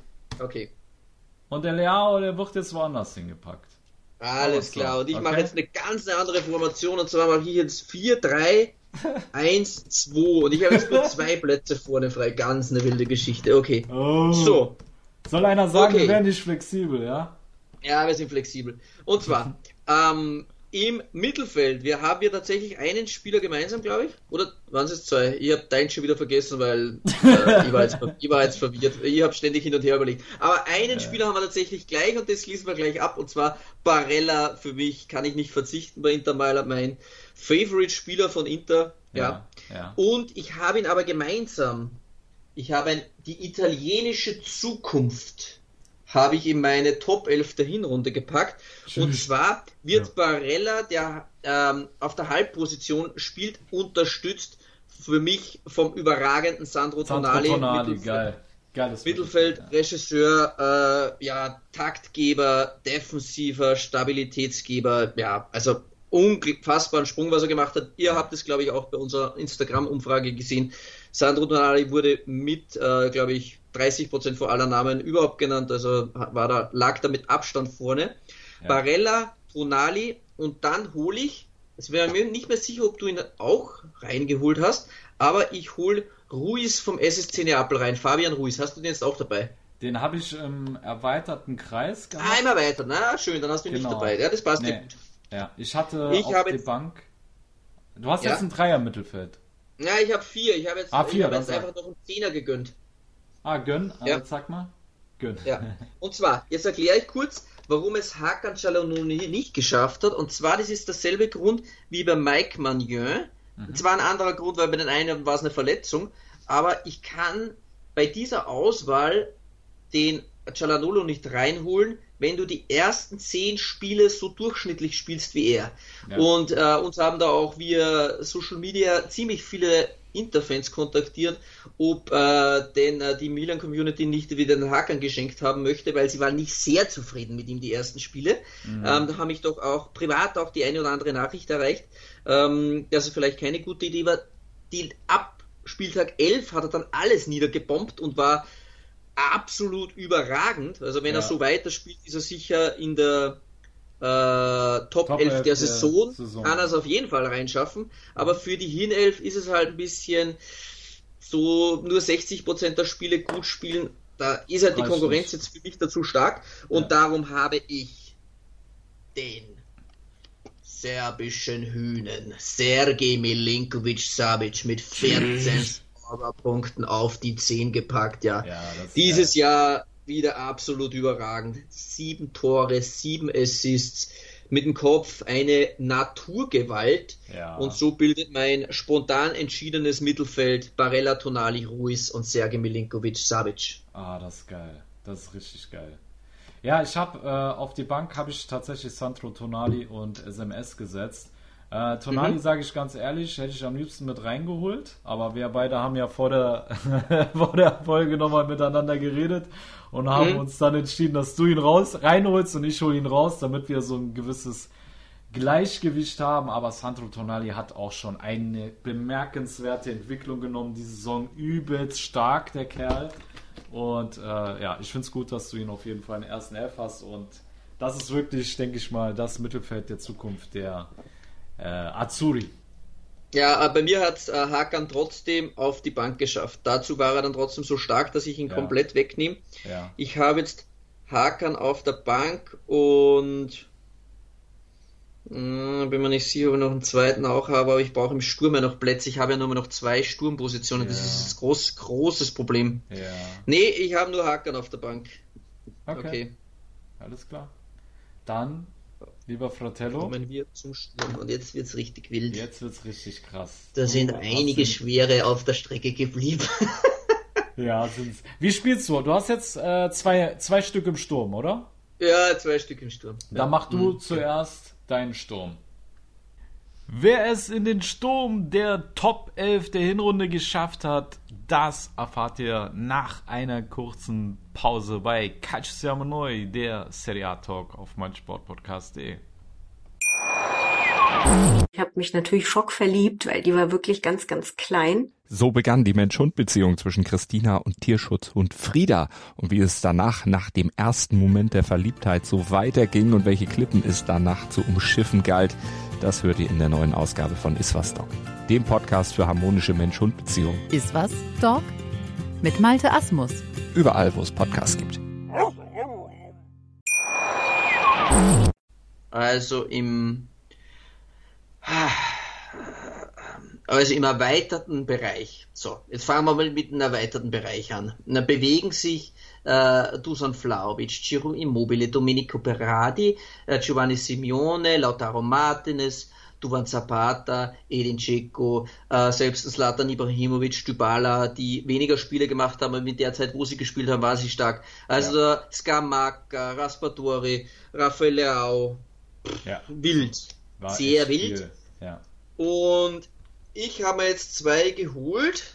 Okay. und der Leao, der wird jetzt woanders hingepackt. Alles so. klar. Und ich Okay. mache jetzt eine ganz andere Formation. Und zwar mache ich jetzt vier, drei, eins, zwei. Und ich habe jetzt nur zwei Plätze vorne frei. Ganz eine wilde Geschichte. Okay. Oh. So. Soll einer sagen, Okay. wir wären nicht flexibel, ja? Ja, wir sind flexibel. Und zwar, ähm, im Mittelfeld, wir haben ja tatsächlich einen Spieler gemeinsam, glaube ich. Oder waren es jetzt zwei? Ich habe deinen schon wieder vergessen, weil äh, ich, war jetzt, ich war jetzt verwirrt. Ich habe ständig hin und her überlegt. Aber einen Ja. Spieler haben wir tatsächlich gleich und das schließen wir gleich ab. Und zwar Barella, für mich kann ich nicht verzichten bei Inter Mailand, mein Favorite-Spieler von Inter. Ja. Ja. ja. Und ich habe ihn aber gemeinsam. Ich habe ein, die italienische Zukunft habe ich in meine Top elf der Hinrunde gepackt. Schön. Und zwar wird Ja. Barella, der ähm, auf der Halbposition spielt, unterstützt für mich vom überragenden Sandro, Sandro Tonali. Tonali, Mittelfeld- geil. Geiles Mittelfeld, ja. Regisseur, äh, ja, Taktgeber, Defensiver, Stabilitätsgeber, ja, also unfassbaren Sprung, was er gemacht hat. Ihr habt es, glaube ich, auch bei unserer Instagram-Umfrage gesehen. Sandro Tonali wurde mit, äh, glaube ich, dreißig Prozent vor aller Namen überhaupt genannt, also war da, lag da mit Abstand vorne. Ja. Barella, Tonali und dann hole ich, es wäre mir nicht mehr sicher, ob du ihn auch reingeholt hast, aber ich hole Ruiz vom S S C Neapel rein. Fabian Ruiz, hast du den jetzt auch dabei? Den habe ich im erweiterten Kreis gehabt. Einmal weiter, na schön, dann hast du ihn Genau. nicht dabei. Ja, das passt ja Nee. gut. Ja, ich hatte Ich auf habe die jetzt- Bank. Du hast Ja? jetzt ein Dreier-Mittelfeld. Ja, ich habe vier. Ich habe jetzt, Ah, ich vier, habe dann jetzt sag. einfach noch einen Zehner gegönnt. Ah, gönn. Ja. Also, sag mal. Gönn. Ja. Und zwar, jetzt erkläre ich kurz, warum es Hakan Çalhanoğlu nicht geschafft hat. Und zwar, das ist derselbe Grund wie bei Mike Maignan. Und zwar ein anderer Grund, weil bei den einen war es eine Verletzung. Aber ich kann bei dieser Auswahl den Çalhanoğlu nicht reinholen, wenn du die ersten zehn Spiele so durchschnittlich spielst wie er. Ja. Und äh, uns haben da auch via Social Media ziemlich viele Interfans kontaktiert, ob äh, denn äh, die Milan-Community nicht wieder den Hakan geschenkt haben möchte, weil sie waren nicht sehr zufrieden mit ihm die ersten Spiele. Mhm. Ähm, da haben mich doch auch privat auch die eine oder andere Nachricht erreicht, ähm, dass es vielleicht keine gute Idee war. Die, ab Spieltag elf hat er dann alles niedergebombt und war absolut überragend. Also wenn Ja. er so weiterspielt, ist er sicher in der äh, Top, Top elf elf der, der Saison, Saison. kann er es auf jeden Fall reinschaffen, aber für die Hinelf ist es halt ein bisschen so, nur sechzig Prozent der Spiele gut spielen, da ist halt die Reicht Konkurrenz nicht. jetzt für mich dazu stark und Ja. darum habe ich den serbischen Hühnen Sergej Milinkovic-Savic mit vierzehn Scorerpunkten auf die zehn gepackt, ja. Ja, das ist Dieses Jahr wieder absolut überragend. Sieben Tore, sieben Assists, mit dem Kopf eine Naturgewalt. Ja. Und so bildet mein spontan entschiedenes Mittelfeld Barella, Tonali, Ruiz und Sergej Milinkovic-Savic. Ah, das ist geil. Das ist richtig geil. Ja, ich habe äh, auf die Bank habe ich tatsächlich Sandro Tonali und S M S gesetzt. Äh, Tonali, Mhm. sage ich ganz ehrlich, hätte ich am liebsten mit reingeholt, aber wir beide haben ja vor der, vor der Folge nochmal miteinander geredet und haben Mhm. uns dann entschieden, dass du ihn raus reinholst und ich hole ihn raus, damit wir so ein gewisses Gleichgewicht haben, aber Sandro Tonali hat auch schon eine bemerkenswerte Entwicklung genommen, die Saison übelst stark, der Kerl. Und äh, ja, ich finde es gut, dass du ihn auf jeden Fall in der ersten Elf hast und das ist wirklich, denke ich mal, das Mittelfeld der Zukunft der äh, Azzurri. Ja, äh, bei mir hat äh, Hakan trotzdem auf die Bank geschafft. Dazu war er dann trotzdem so stark, dass ich ihn Ja. komplett wegnehme. Ja. Ich habe jetzt Hakan auf der Bank und mh, bin mir nicht sicher, ob ich noch einen zweiten auch habe, aber ich brauche im Sturm ja noch Plätze. Ich habe ja nur noch zwei Sturmpositionen. Das Ja. ist das groß, großes Problem. Ja. Nee, ich habe nur Hakan auf der Bank. Okay. Okay. Alles klar. Dann, lieber Fratello, Kommen wir zum Sturm und jetzt wird's richtig wild. jetzt wird's richtig krass. Da sind Du hast einige den- Schwere auf der Strecke geblieben. Ja, sind's. Wie spielst du? Du hast jetzt äh, zwei, zwei Stück im Sturm, oder? Ja, zwei Stück im Sturm. Dann mach du Mhm. zuerst deinen Sturm. Wer es in den Sturm der Top elf der Hinrunde geschafft hat, das erfahrt ihr nach einer kurzen Pause bei Calcio Siamo Noi, der Serie A Talk auf meinsportpodcast punkt de. Ich habe mich natürlich schockverliebt, weil die war wirklich ganz, ganz klein. So begann die Mensch-Hund-Beziehung zwischen Christina und Tierschutzhund Frieda. Und wie es danach, nach dem ersten Moment der Verliebtheit, so weiterging und welche Klippen es danach zu umschiffen galt, das hört ihr in der neuen Ausgabe von Iswas Dog, dem Podcast für harmonische Mensch-Hund-Beziehungen. Iswas Dog mit Malte Asmus. Überall, wo es Podcasts gibt. Also im also im erweiterten Bereich. So, jetzt fangen wir mal mit dem erweiterten Bereich an. Da bewegen sich äh, Dusan Vlahovic, Ciro Immobile, Domenico Berardi, äh, Giovanni Simeone, Lautaro Martinez, Duvan Zapata, Edin Dzeko, äh, selbst Zlatan Ibrahimovic, Dybala, die weniger Spiele gemacht haben, aber mit der Zeit, wo sie gespielt haben, war sie stark. Also ja. Scamacca, Raspadori, Rafael Leao, Ja. wild. War Sehr echt wild. viel. Ja. Und ich habe mir jetzt zwei geholt.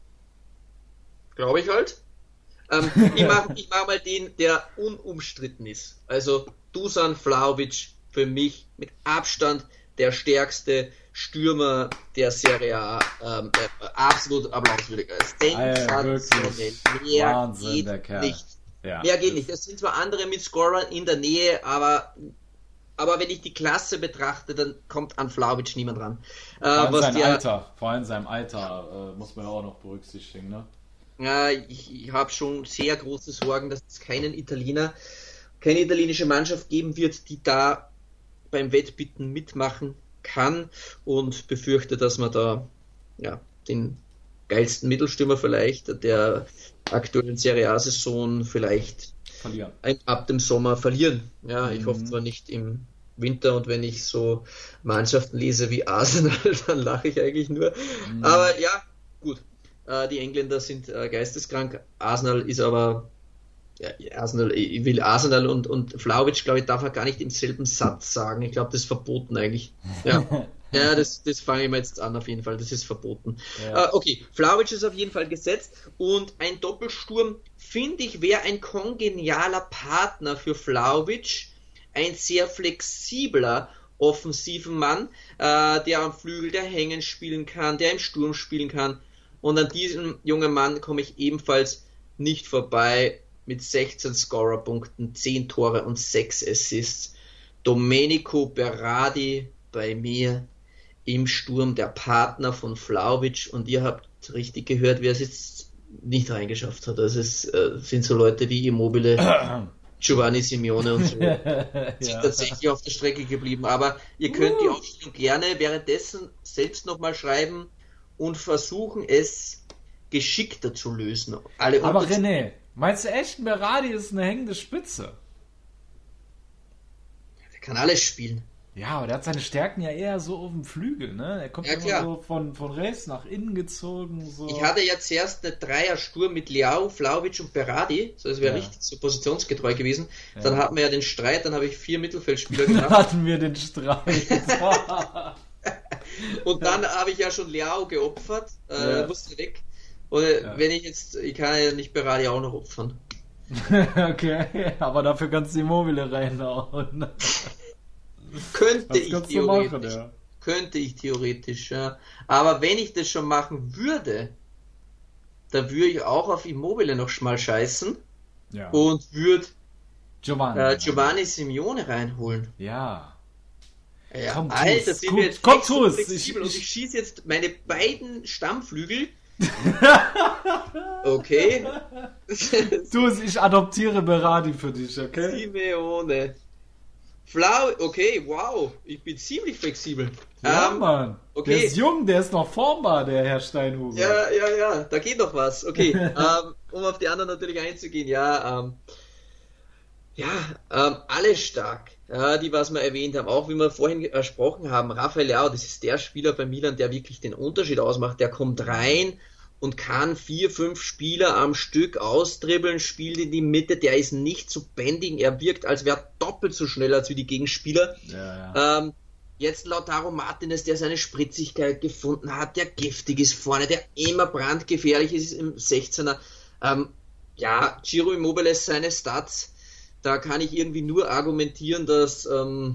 Glaube ich halt. Ähm, ich mache ich mach mal den, der unumstritten ist. Also Dusan Vlahovic für mich mit Abstand der stärkste Stürmer der Serie A. Ähm, äh, absolut applauswürdig. Sensationell. Mehr Wahnsinn, geht der Kerl. nicht. Ja. Mehr geht nicht. Es sind zwar andere mit Scorern in der Nähe, aber aber wenn ich die Klasse betrachte, dann kommt an Vlahovic niemand ran. Vor Äh, allem was sein der, Alter, vor allem sein Alter äh, muss man ja auch noch berücksichtigen, ne? Ja, ich, ich habe schon sehr große Sorgen, dass es keinen Italiener, keine italienische Mannschaft geben wird, die da beim Wettbitten mitmachen kann und befürchte, dass man da ja, den geilsten Mittelstürmer vielleicht der aktuellen Serie A-Saison vielleicht Verlieren. ab dem Sommer verlieren. Ja, Mhm. ich hoffe zwar nicht im Winter und wenn ich so Mannschaften lese wie Arsenal, dann lache ich eigentlich nur. Mhm. Aber ja, gut. Äh, die Engländer sind äh, geisteskrank. Arsenal ist aber ja, Arsenal, ich will Arsenal und, und Vlahovic, glaube ich, darf er gar nicht im selben Satz sagen. Ich glaube, das ist verboten eigentlich. Ja, ja das, das fange ich mir jetzt an auf jeden Fall. Das ist verboten. Ja. Äh, okay, Vlahovic ist auf jeden Fall gesetzt und ein Doppelsturm, finde ich, wäre ein kongenialer Partner für Vlahovic. Ein sehr flexibler offensiven Mann, äh, der am Flügel, der hängen spielen kann, der im Sturm spielen kann. Und an diesem jungen Mann komme ich ebenfalls nicht vorbei mit sechzehn Scorerpunkten, zehn Tore und sechs Assists. Domenico Berardi bei mir im Sturm, der Partner von Vlahovic, und ihr habt richtig gehört, wer es jetzt nicht reingeschafft hat. Also es äh, sind so Leute wie Immobile, Giovanni Simeone und so. Sind ja. tatsächlich auf der Strecke geblieben. Aber ihr könnt uh. die Aufstellung gerne währenddessen selbst nochmal schreiben und versuchen, es geschickter zu lösen. Alle Aber René, meinst du echt, Berardi ist eine hängende Spitze? Der kann alles spielen. Ja, aber der hat seine Stärken ja eher so auf dem Flügel, ne? Er kommt ja, immer so von, von rechts nach innen gezogen. So. Ich hatte ja zuerst eine Dreier-Sturm mit Leao, Vlahovic und Berardi, so das wäre ja. richtig so positionsgetreu gewesen. Ja. Dann hatten wir ja den Streit, dann habe ich vier Mittelfeldspieler gemacht. Dann hatten wir den Streit. Und dann habe ich ja schon Leao geopfert, äh, ja. musste weg. Und ja. wenn ich jetzt, ich kann ja nicht Berardi auch noch opfern. Okay, aber dafür kannst du Immobile reinhauen. Könnte ich theoretisch. Machen, ja. Könnte ich theoretisch, ja. Aber wenn ich das schon machen würde, dann würde ich auch auf Immobile noch mal scheißen. Ja. Und würde Giovanni, äh, Giovanni Simeone reinholen. Ja. Ja, komm, Alter, sind wir jetzt komm, so flexibel ich, ich, und ich schieße jetzt meine beiden Stammflügel. Okay. Du, ich adoptiere Berardi für dich, okay? Simeone. Flau, okay, wow, ich bin ziemlich flexibel. Ja, ähm, Mann. Okay. Der ist jung, der ist noch formbar, der Herr Steinhuber. Ja, ja, ja, da geht noch was. Okay, ähm, um auf die anderen natürlich einzugehen, ja, ähm, ja, ähm, alle stark, ja, die, was wir erwähnt haben, auch wie wir vorhin gesprochen haben, Rafael Leao, das ist der Spieler bei Milan, der wirklich den Unterschied ausmacht, der kommt rein und kann vier, fünf Spieler am Stück austribbeln, spielt in die Mitte, der ist nicht zu bändigen, er wirkt, als wäre doppelt so schnell als wie die Gegenspieler. Ja, ja. Ähm, jetzt Lautaro Martinez, der seine Spritzigkeit gefunden hat, der giftig ist vorne, der immer brandgefährlich ist im sechzehner. Ähm, ja, Ciro Immobile, seine Stats, da kann ich irgendwie nur argumentieren, dass ähm,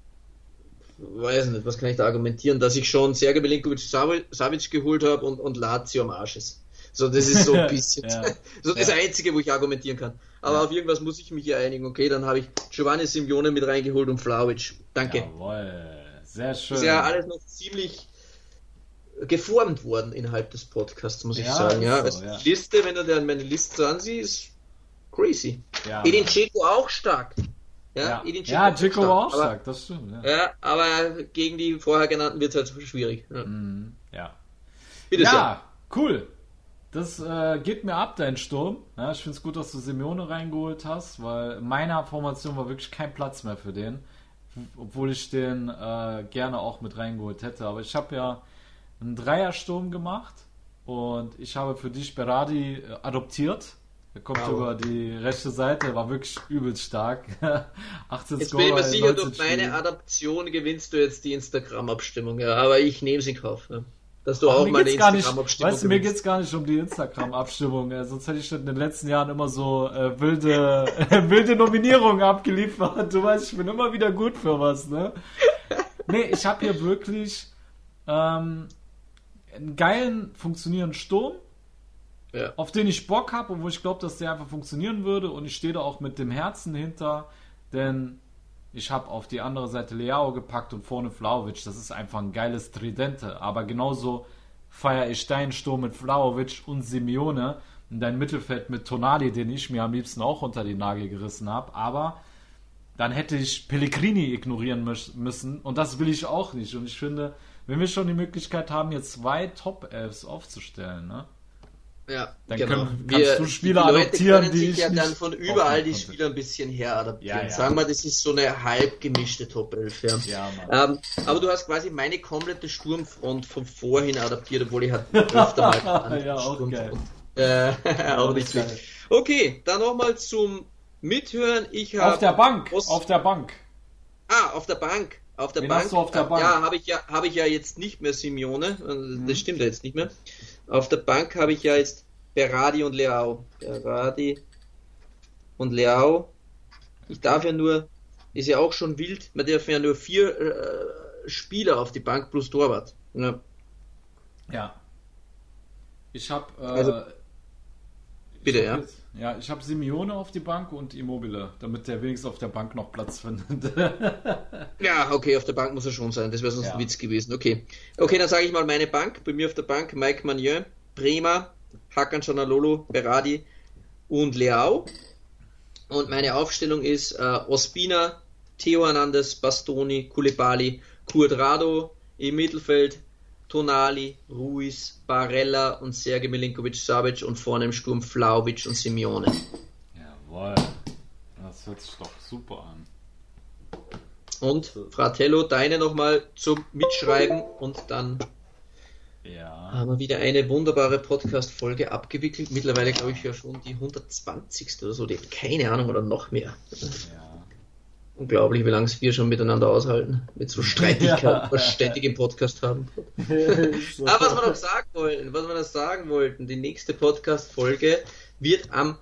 weiß nicht, was kann ich da argumentieren, dass ich schon Sergej Milinkovic-Savic geholt habe und, und Lazio am Arsch ist. So, das ist so ein bisschen ja, so das ja. Einzige, wo ich argumentieren kann. Aber ja. auf irgendwas muss ich mich hier einigen. Okay, dann habe ich Giovanni Simeone mit reingeholt und Vlahovic. Danke. Jawohl, sehr schön. Ist ja alles noch ziemlich geformt worden innerhalb des Podcasts, muss ja, ich sagen. Ja, so, also ja. Die Liste, wenn du dir meine Liste so ansiehst, ist crazy. Ja, Edin Dzeko auch stark. Ja, ja. ja Dzeko war auch stark, aber, das stimmt. Ja. ja, aber gegen die vorher genannten wird es halt schwierig. Ja. Mm, ja. Bitte ja, sehr. Cool. Das äh, geht mir ab, dein Sturm. Ja, ich finde es gut, dass du Simeone reingeholt hast, weil in meiner Formation war wirklich kein Platz mehr für den. Obwohl ich den äh, gerne auch mit reingeholt hätte. Aber ich habe ja einen Dreiersturm gemacht und ich habe für dich Berardi äh, adoptiert. Er kommt wow. über die rechte Seite, war wirklich übelst stark. achtzehn Jetzt Scorer, bin ich mir sicher, durch Spiele. meine Adaption gewinnst du jetzt die Instagram-Abstimmung, ja, aber ich nehme sie in Kauf. Ja. Dass du Ach, auch meine Instagram-Abstimmung Weißt du, mir geht es gar nicht um die Instagram-Abstimmung, ja, sonst hätte ich in den letzten Jahren immer so äh, wilde, wilde Nominierungen abgeliefert. Du weißt, ich bin immer wieder gut für was, ne? Nee, ich habe hier wirklich ähm, einen geilen, funktionierenden Sturm. Ja. Auf den ich Bock habe und wo ich glaube, dass der einfach funktionieren würde, und ich stehe da auch mit dem Herzen hinter, denn ich habe auf die andere Seite Leao gepackt und vorne Vlahovic. Das ist einfach ein geiles Tridente, aber genauso feiere ich deinen Sturm mit Vlahovic und Simeone in dein Mittelfeld mit Tonali, den ich mir am liebsten auch unter die Nagel gerissen habe, aber dann hätte ich Pellegrini ignorieren müssen und das will ich auch nicht, und ich finde, wenn wir schon die Möglichkeit haben, hier zwei Top-Elfs aufzustellen, ne? Ja, dann genau. können, kannst wir, du Spieler die Leute adoptieren, können die sich ich ja nicht dann von überall die Spieler ein bisschen her adaptieren. Ja, ja. Sagen wir, das ist so eine halb gemischte Top elf. Ja. Ja, ähm, aber du hast quasi meine komplette Sturmfront von vorhin adaptiert, obwohl ich halt öfter mal ja, auch geil. Äh, auch nicht schlecht. Okay, dann nochmal zum Mithören. Ich hab auf der Bank, Ost- auf der Bank. Ah, auf der Bank. Auf der Wen Bank. hast du auf der Bank? Ja, habe ich ja, habe ich ja jetzt nicht mehr Simeone. Das Mhm. stimmt ja jetzt nicht mehr. Auf der Bank habe ich ja jetzt Berardi und Leao. Berardi und Leao. Ich darf ja nur, ist ja auch schon wild, man darf ja nur vier äh, Spieler auf die Bank plus Torwart. Ja. Ja. Ich habe, äh, Also- Bitte, ja. Jetzt, ja, ich habe Simeone auf die Bank und Immobile, damit der wenigstens auf der Bank noch Platz findet. Ja, okay, auf der Bank muss er schon sein. Das wäre sonst ja. ein Witz gewesen. Okay, okay, dann sage ich mal meine Bank. Bei mir auf der Bank Mike Magnon, Bremer, Hakan Çalhanoğlu, Berardi und Leao. Und meine Aufstellung ist äh, Ospina, Theo Hernandez, Bastoni, Koulibaly, Cuadrado im Mittelfeld, Tonali, Ruiz, Barella und Sergej Milinkovic-Savic und vorne im Sturm Vlahovic und Simeone. Jawohl, das hört sich doch super an. Und Fratello, deine nochmal zum Mitschreiben und dann ja. haben wir wieder eine wunderbare Podcast-Folge abgewickelt. Mittlerweile glaube ich ja schon die hundertzwanzigste oder so, die, keine Ahnung, oder noch mehr. Ja. Unglaublich, wie lange wir schon miteinander aushalten, mit so Streitigkeiten, ja. was ständig im Podcast haben. so. Aber was wir noch sagen wollten, was wir noch sagen wollten, die nächste Podcast-Folge wird am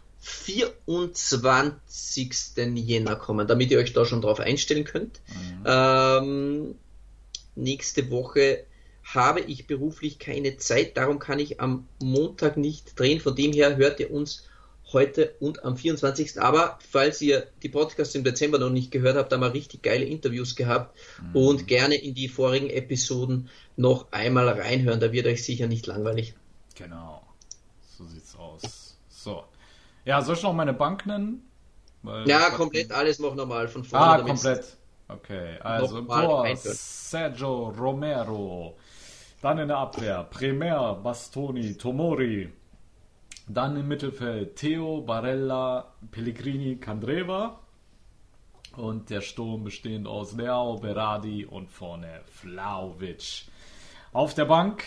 vierundzwanzigsten Jänner kommen, damit ihr euch da schon drauf einstellen könnt. Mhm. Ähm, nächste Woche habe ich beruflich keine Zeit, darum kann ich am Montag nicht drehen, von dem her hört ihr uns heute und am vierundzwanzigsten Aber falls ihr die Podcasts im Dezember noch nicht gehört habt, haben wir richtig geile Interviews gehabt mhm. und gerne in die vorigen Episoden noch einmal reinhören, da wird euch sicher nicht langweilig. Genau, so sieht's aus. So, ja, soll ich noch meine Bank nennen? Weil ja, komplett kann... alles noch normal von vorne. Ah, komplett. Okay, also im Tor Sergio Romero, dann in der Abwehr Bremer, Bastoni, Tomori. Dann im Mittelfeld Theo, Barella, Pellegrini, Candreva. Und der Sturm bestehend aus Leao, Berardi und vorne Vlahovic. Auf der Bank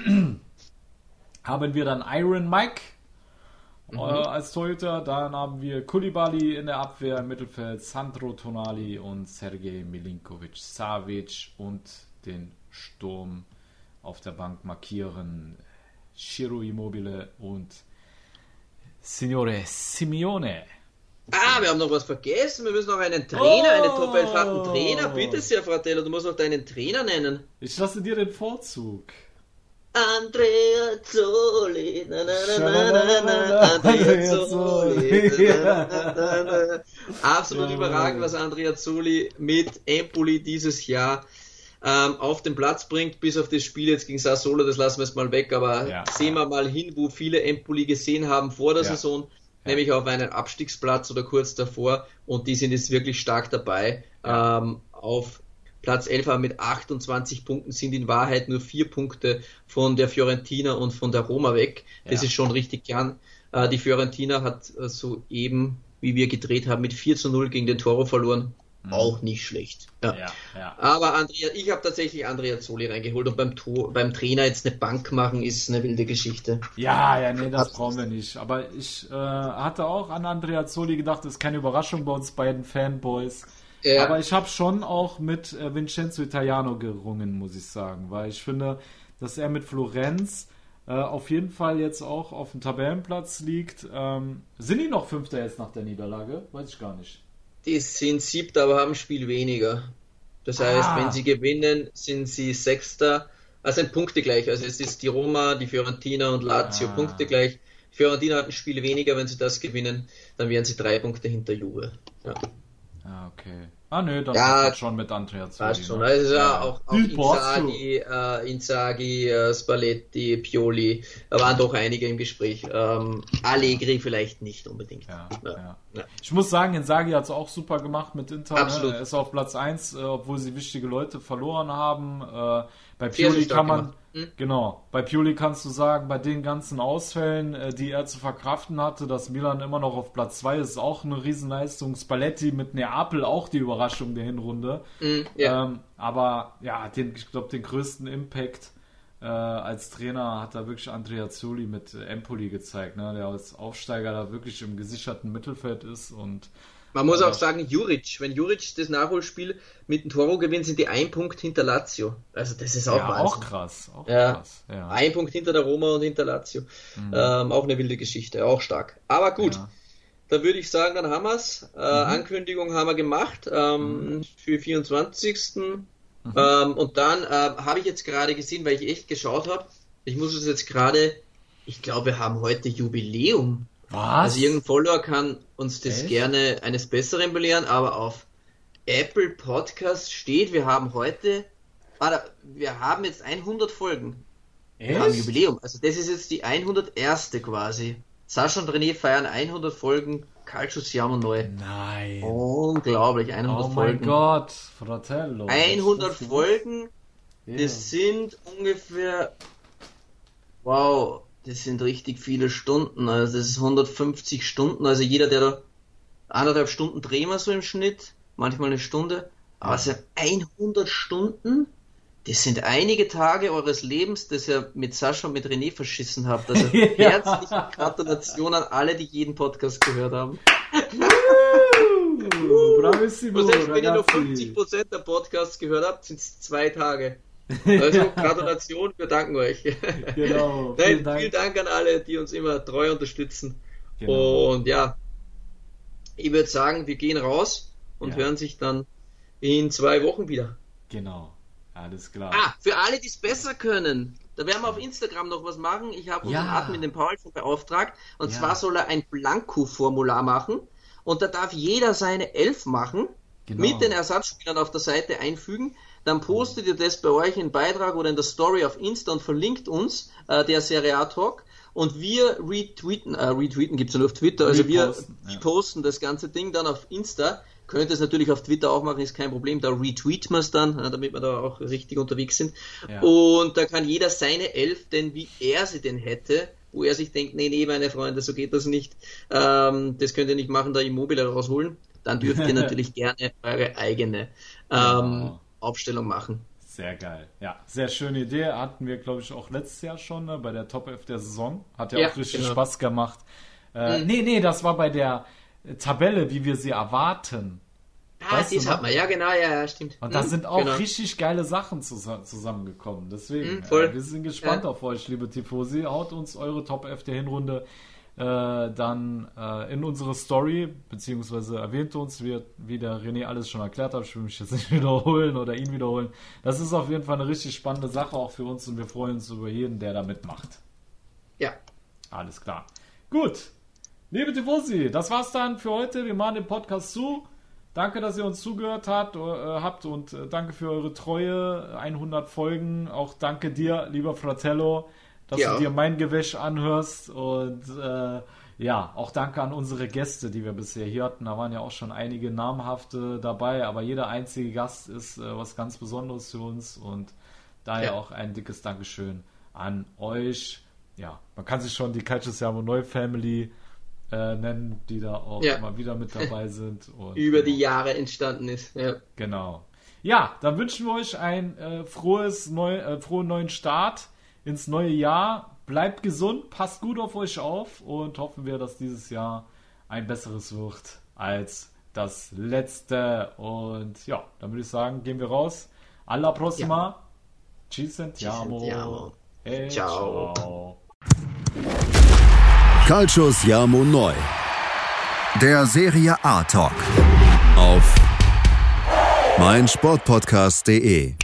haben wir dann Iron Mike mhm. äh, als Torhüter. Dann haben wir Koulibaly in der Abwehr, im Mittelfeld Sandro Tonali und Sergej Milinkovic-Savic. Und den Sturm auf der Bank markieren Ciro Immobile und Signore Simeone. Ah, wir haben noch was vergessen. Wir müssen noch einen Trainer, oh. einen Top elf harten Trainer. Bitte sehr, Fratello, du musst noch deinen Trainer nennen. Ich lasse dir den Vorzug. Andrea Zoli. Na, na, na, na, na, Andrea Zoli. Na, na, na, na. Absolut ja. überragend, was Andrea Zoli mit Empoli dieses Jahr ähm, auf den Platz bringt, bis auf das Spiel jetzt gegen Sassuolo, das lassen wir jetzt mal weg, aber ja. sehen wir mal hin, wo viele Empoli gesehen haben vor der ja. Saison, ja. nämlich auf einen Abstiegsplatz oder kurz davor, und die sind jetzt wirklich stark dabei. Ja. Ähm, auf Platz elf mit achtundzwanzig Punkten sind in Wahrheit nur vier Punkte von der Fiorentina und von der Roma weg. Das ja. ist schon richtig gern. Äh, die Fiorentina hat äh, soeben, wie wir gedreht haben, mit vier zu null gegen den Toro verloren. Mhm. Auch nicht schlecht. Ja. Ja, ja. Aber Andrea, ich habe tatsächlich Andrea Zoli reingeholt, und beim, to- beim Trainer jetzt eine Bank machen ist eine wilde Geschichte. Ja, ja, nee, das brauchen wir nicht. Aber ich äh, hatte auch an Andrea Zoli gedacht, das ist keine Überraschung bei uns beiden Fanboys. Ja. Aber ich habe schon auch mit äh, Vincenzo Italiano gerungen, muss ich sagen, weil ich finde, dass er mit Florenz äh, auf jeden Fall jetzt auch auf dem Tabellenplatz liegt. Ähm, sind die noch Fünfter jetzt nach der Niederlage? Weiß ich gar nicht. Die sind Siebter, aber haben ein Spiel weniger. Das heißt, ah. wenn sie gewinnen, sind sie Sechster. Also sind Punkte gleich. Also es ist die Roma, die Fiorentina und Lazio ah. Punkte gleich. Fiorentina hat ein Spiel weniger, wenn sie das gewinnen, dann wären sie drei Punkte hinter Juve. Ja. Ah, okay. Ah, nö, dann ja, ist schon mit Andrea Zoli. Passt schon. Also ja, ja. auch, auch Inzaghi, äh, Inzaghi äh, Spalletti, Pioli, da waren doch einige im Gespräch. Ähm, Allegri vielleicht nicht unbedingt. Ja, ja. Ja. Ich muss sagen, Inzaghi hat es auch super gemacht mit Inter. Absolut. Ne? Er ist auf Platz eins, äh, obwohl sie wichtige Leute verloren haben. Äh, bei Pioli kann man... Hm? Genau, bei Pioli kannst du sagen, bei den ganzen Ausfällen, äh, die er zu verkraften hatte, dass Milan immer noch auf Platz zwei ist, ist auch eine Riesenleistung. Spalletti mit Neapel auch die Überraschung der Hinrunde. Mm, yeah. ähm, aber ja, den, ich glaube, den größten Impact äh, als Trainer hat da wirklich Andrea Zoli mit äh, Empoli gezeigt, ne? Der als Aufsteiger da wirklich im gesicherten Mittelfeld ist. Und man muss auch sagen, Juric, wenn Juric das Nachholspiel mit dem Toro gewinnt, sind die ein Punkt hinter Lazio. Also das ist auch ja, Wahnsinn. Auch krass. Auch ja, krass. Ja. Ein Punkt hinter der Roma und hinter Lazio. Mhm. Ähm, auch eine wilde Geschichte, auch stark. Aber gut, ja. Dann würde ich sagen, dann haben wir es. Äh, mhm. Ankündigung haben wir gemacht ähm, mhm. für vierundzwanzigsten Mhm. Ähm, und dann äh, habe ich jetzt gerade gesehen, weil ich echt geschaut habe, ich muss es jetzt gerade, ich glaube, wir haben heute Jubiläum. Was? Also irgendein Follower kann uns das Echt? gerne eines Besseren belehren, aber auf Apple Podcast steht, wir haben heute, warte, wir haben jetzt hundert Folgen. Echt? Wir haben Jubiläum. Also das ist jetzt die hunderterste quasi. Sascha und René feiern hundert Folgen Calcio Siamo Neu. Nein. Unglaublich, hundert Oh mein Folgen. Gott, Fratello. hundert Folgen, Ja. das sind ungefähr, wow, das sind richtig viele Stunden. Also das ist hundertfünfzig Stunden. Also jeder, der da anderthalb Stunden drehen wir so im Schnitt, manchmal eine Stunde. Aber es sind hundert Stunden. Das sind einige Tage eures Lebens, das ihr mit Sascha und mit René verschissen habt. Also Ja. herzliche Gratulation an alle, die jeden Podcast gehört haben. Bravissimo, Und selbst wenn ihr nur ragazzi. fünfzig Prozent der Podcasts gehört habt, sind es zwei Tage. Also Gratulation, wir danken euch. Genau, Nein, vielen Dank. vielen Dank an alle, die uns immer treu unterstützen. Genau. Und ja, ich würde sagen, wir gehen raus und Ja. hören sich dann in zwei Wochen wieder. Genau, alles klar. Ah, für alle, die es besser können, da werden wir auf Instagram noch was machen. Ich habe unseren Ja. Admin, den Paul, schon beauftragt. Und Ja. zwar soll er ein Blanko-Formular machen. Und da darf jeder seine Elf machen, Genau. mit den Ersatzspielern auf der Seite einfügen. Dann postet ihr das bei euch in Beitrag oder in der Story auf Insta und verlinkt uns, äh, der Serie A Talk. Und wir retweeten, äh, retweeten gibt es ja nur auf Twitter, also Reposten, wir ja. posten das ganze Ding dann auf Insta. Könnt es natürlich auf Twitter auch machen, ist kein Problem, da retweeten wir es dann, äh, damit wir da auch richtig unterwegs sind. Ja. Und da kann jeder seine Elf, denn wie er sie denn hätte, wo er sich denkt, nee, nee, meine Freunde, so geht das nicht, ähm, das könnt ihr nicht machen, da Immobile rausholen, dann dürft ihr natürlich gerne eure eigene ähm, Genau. Aufstellung machen. Sehr geil. Ja, sehr schöne Idee. Hatten wir, glaube ich, auch letztes Jahr schon ne, bei der Top elf der Saison. Hat ja, Ja, auch richtig genau. Spaß gemacht. Äh, Mhm. Nee, nee, das war bei der äh, Tabelle, wie wir sie erwarten. Ah, Weißt du das noch? hat man, ja genau, ja, ja, stimmt. Und da Mhm, sind auch genau. richtig geile Sachen zus zusammengekommen. Deswegen, Mhm, voll. äh, wir sind gespannt Ja. auf euch, liebe Tifosi. Haut uns eure Top elf der Hinrunde äh, dann äh, in unsere Story, beziehungsweise erwähnt uns, wie, wie der René alles schon erklärt hat. Ich will mich jetzt nicht wiederholen oder ihn wiederholen. Das ist auf jeden Fall eine richtig spannende Sache auch für uns und wir freuen uns über jeden, der da mitmacht. Ja. Alles klar. Gut. Liebe Tifosi, das war's dann für heute. Wir machen den Podcast zu. Danke, dass ihr uns zugehört habt, äh, habt und äh, danke für eure Treue. hundert Folgen. Auch danke dir, lieber Fratello, dass Ja. du dir mein Gewäsch anhörst. Und äh, ja, auch danke an unsere Gäste, die wir bisher hier hatten. Da waren ja auch schon einige namhafte dabei, aber jeder einzige Gast ist äh, was ganz Besonderes für uns. Und daher Ja. auch ein dickes Dankeschön an euch. Ja, man kann sich schon die Calcio Siamo Neu Family äh, nennen, die da auch Ja. immer wieder mit dabei sind. Und, Über die Jahre entstanden ist. Ja. Genau. Ja, dann wünschen wir euch ein äh, frohes neu, äh, frohen neuen Start ins neue Jahr. Bleibt gesund, passt gut auf euch auf und hoffen wir, dass dieses Jahr ein besseres wird als das letzte. Und ja, dann würde ich sagen, gehen wir raus. Alla prossima. Ja. Ci sentiamo. Ci sentiamo. E Ciao. ciao. Calcio Siamo Neu. Der Serie A Talk. Auf meinsportpodcast punkt de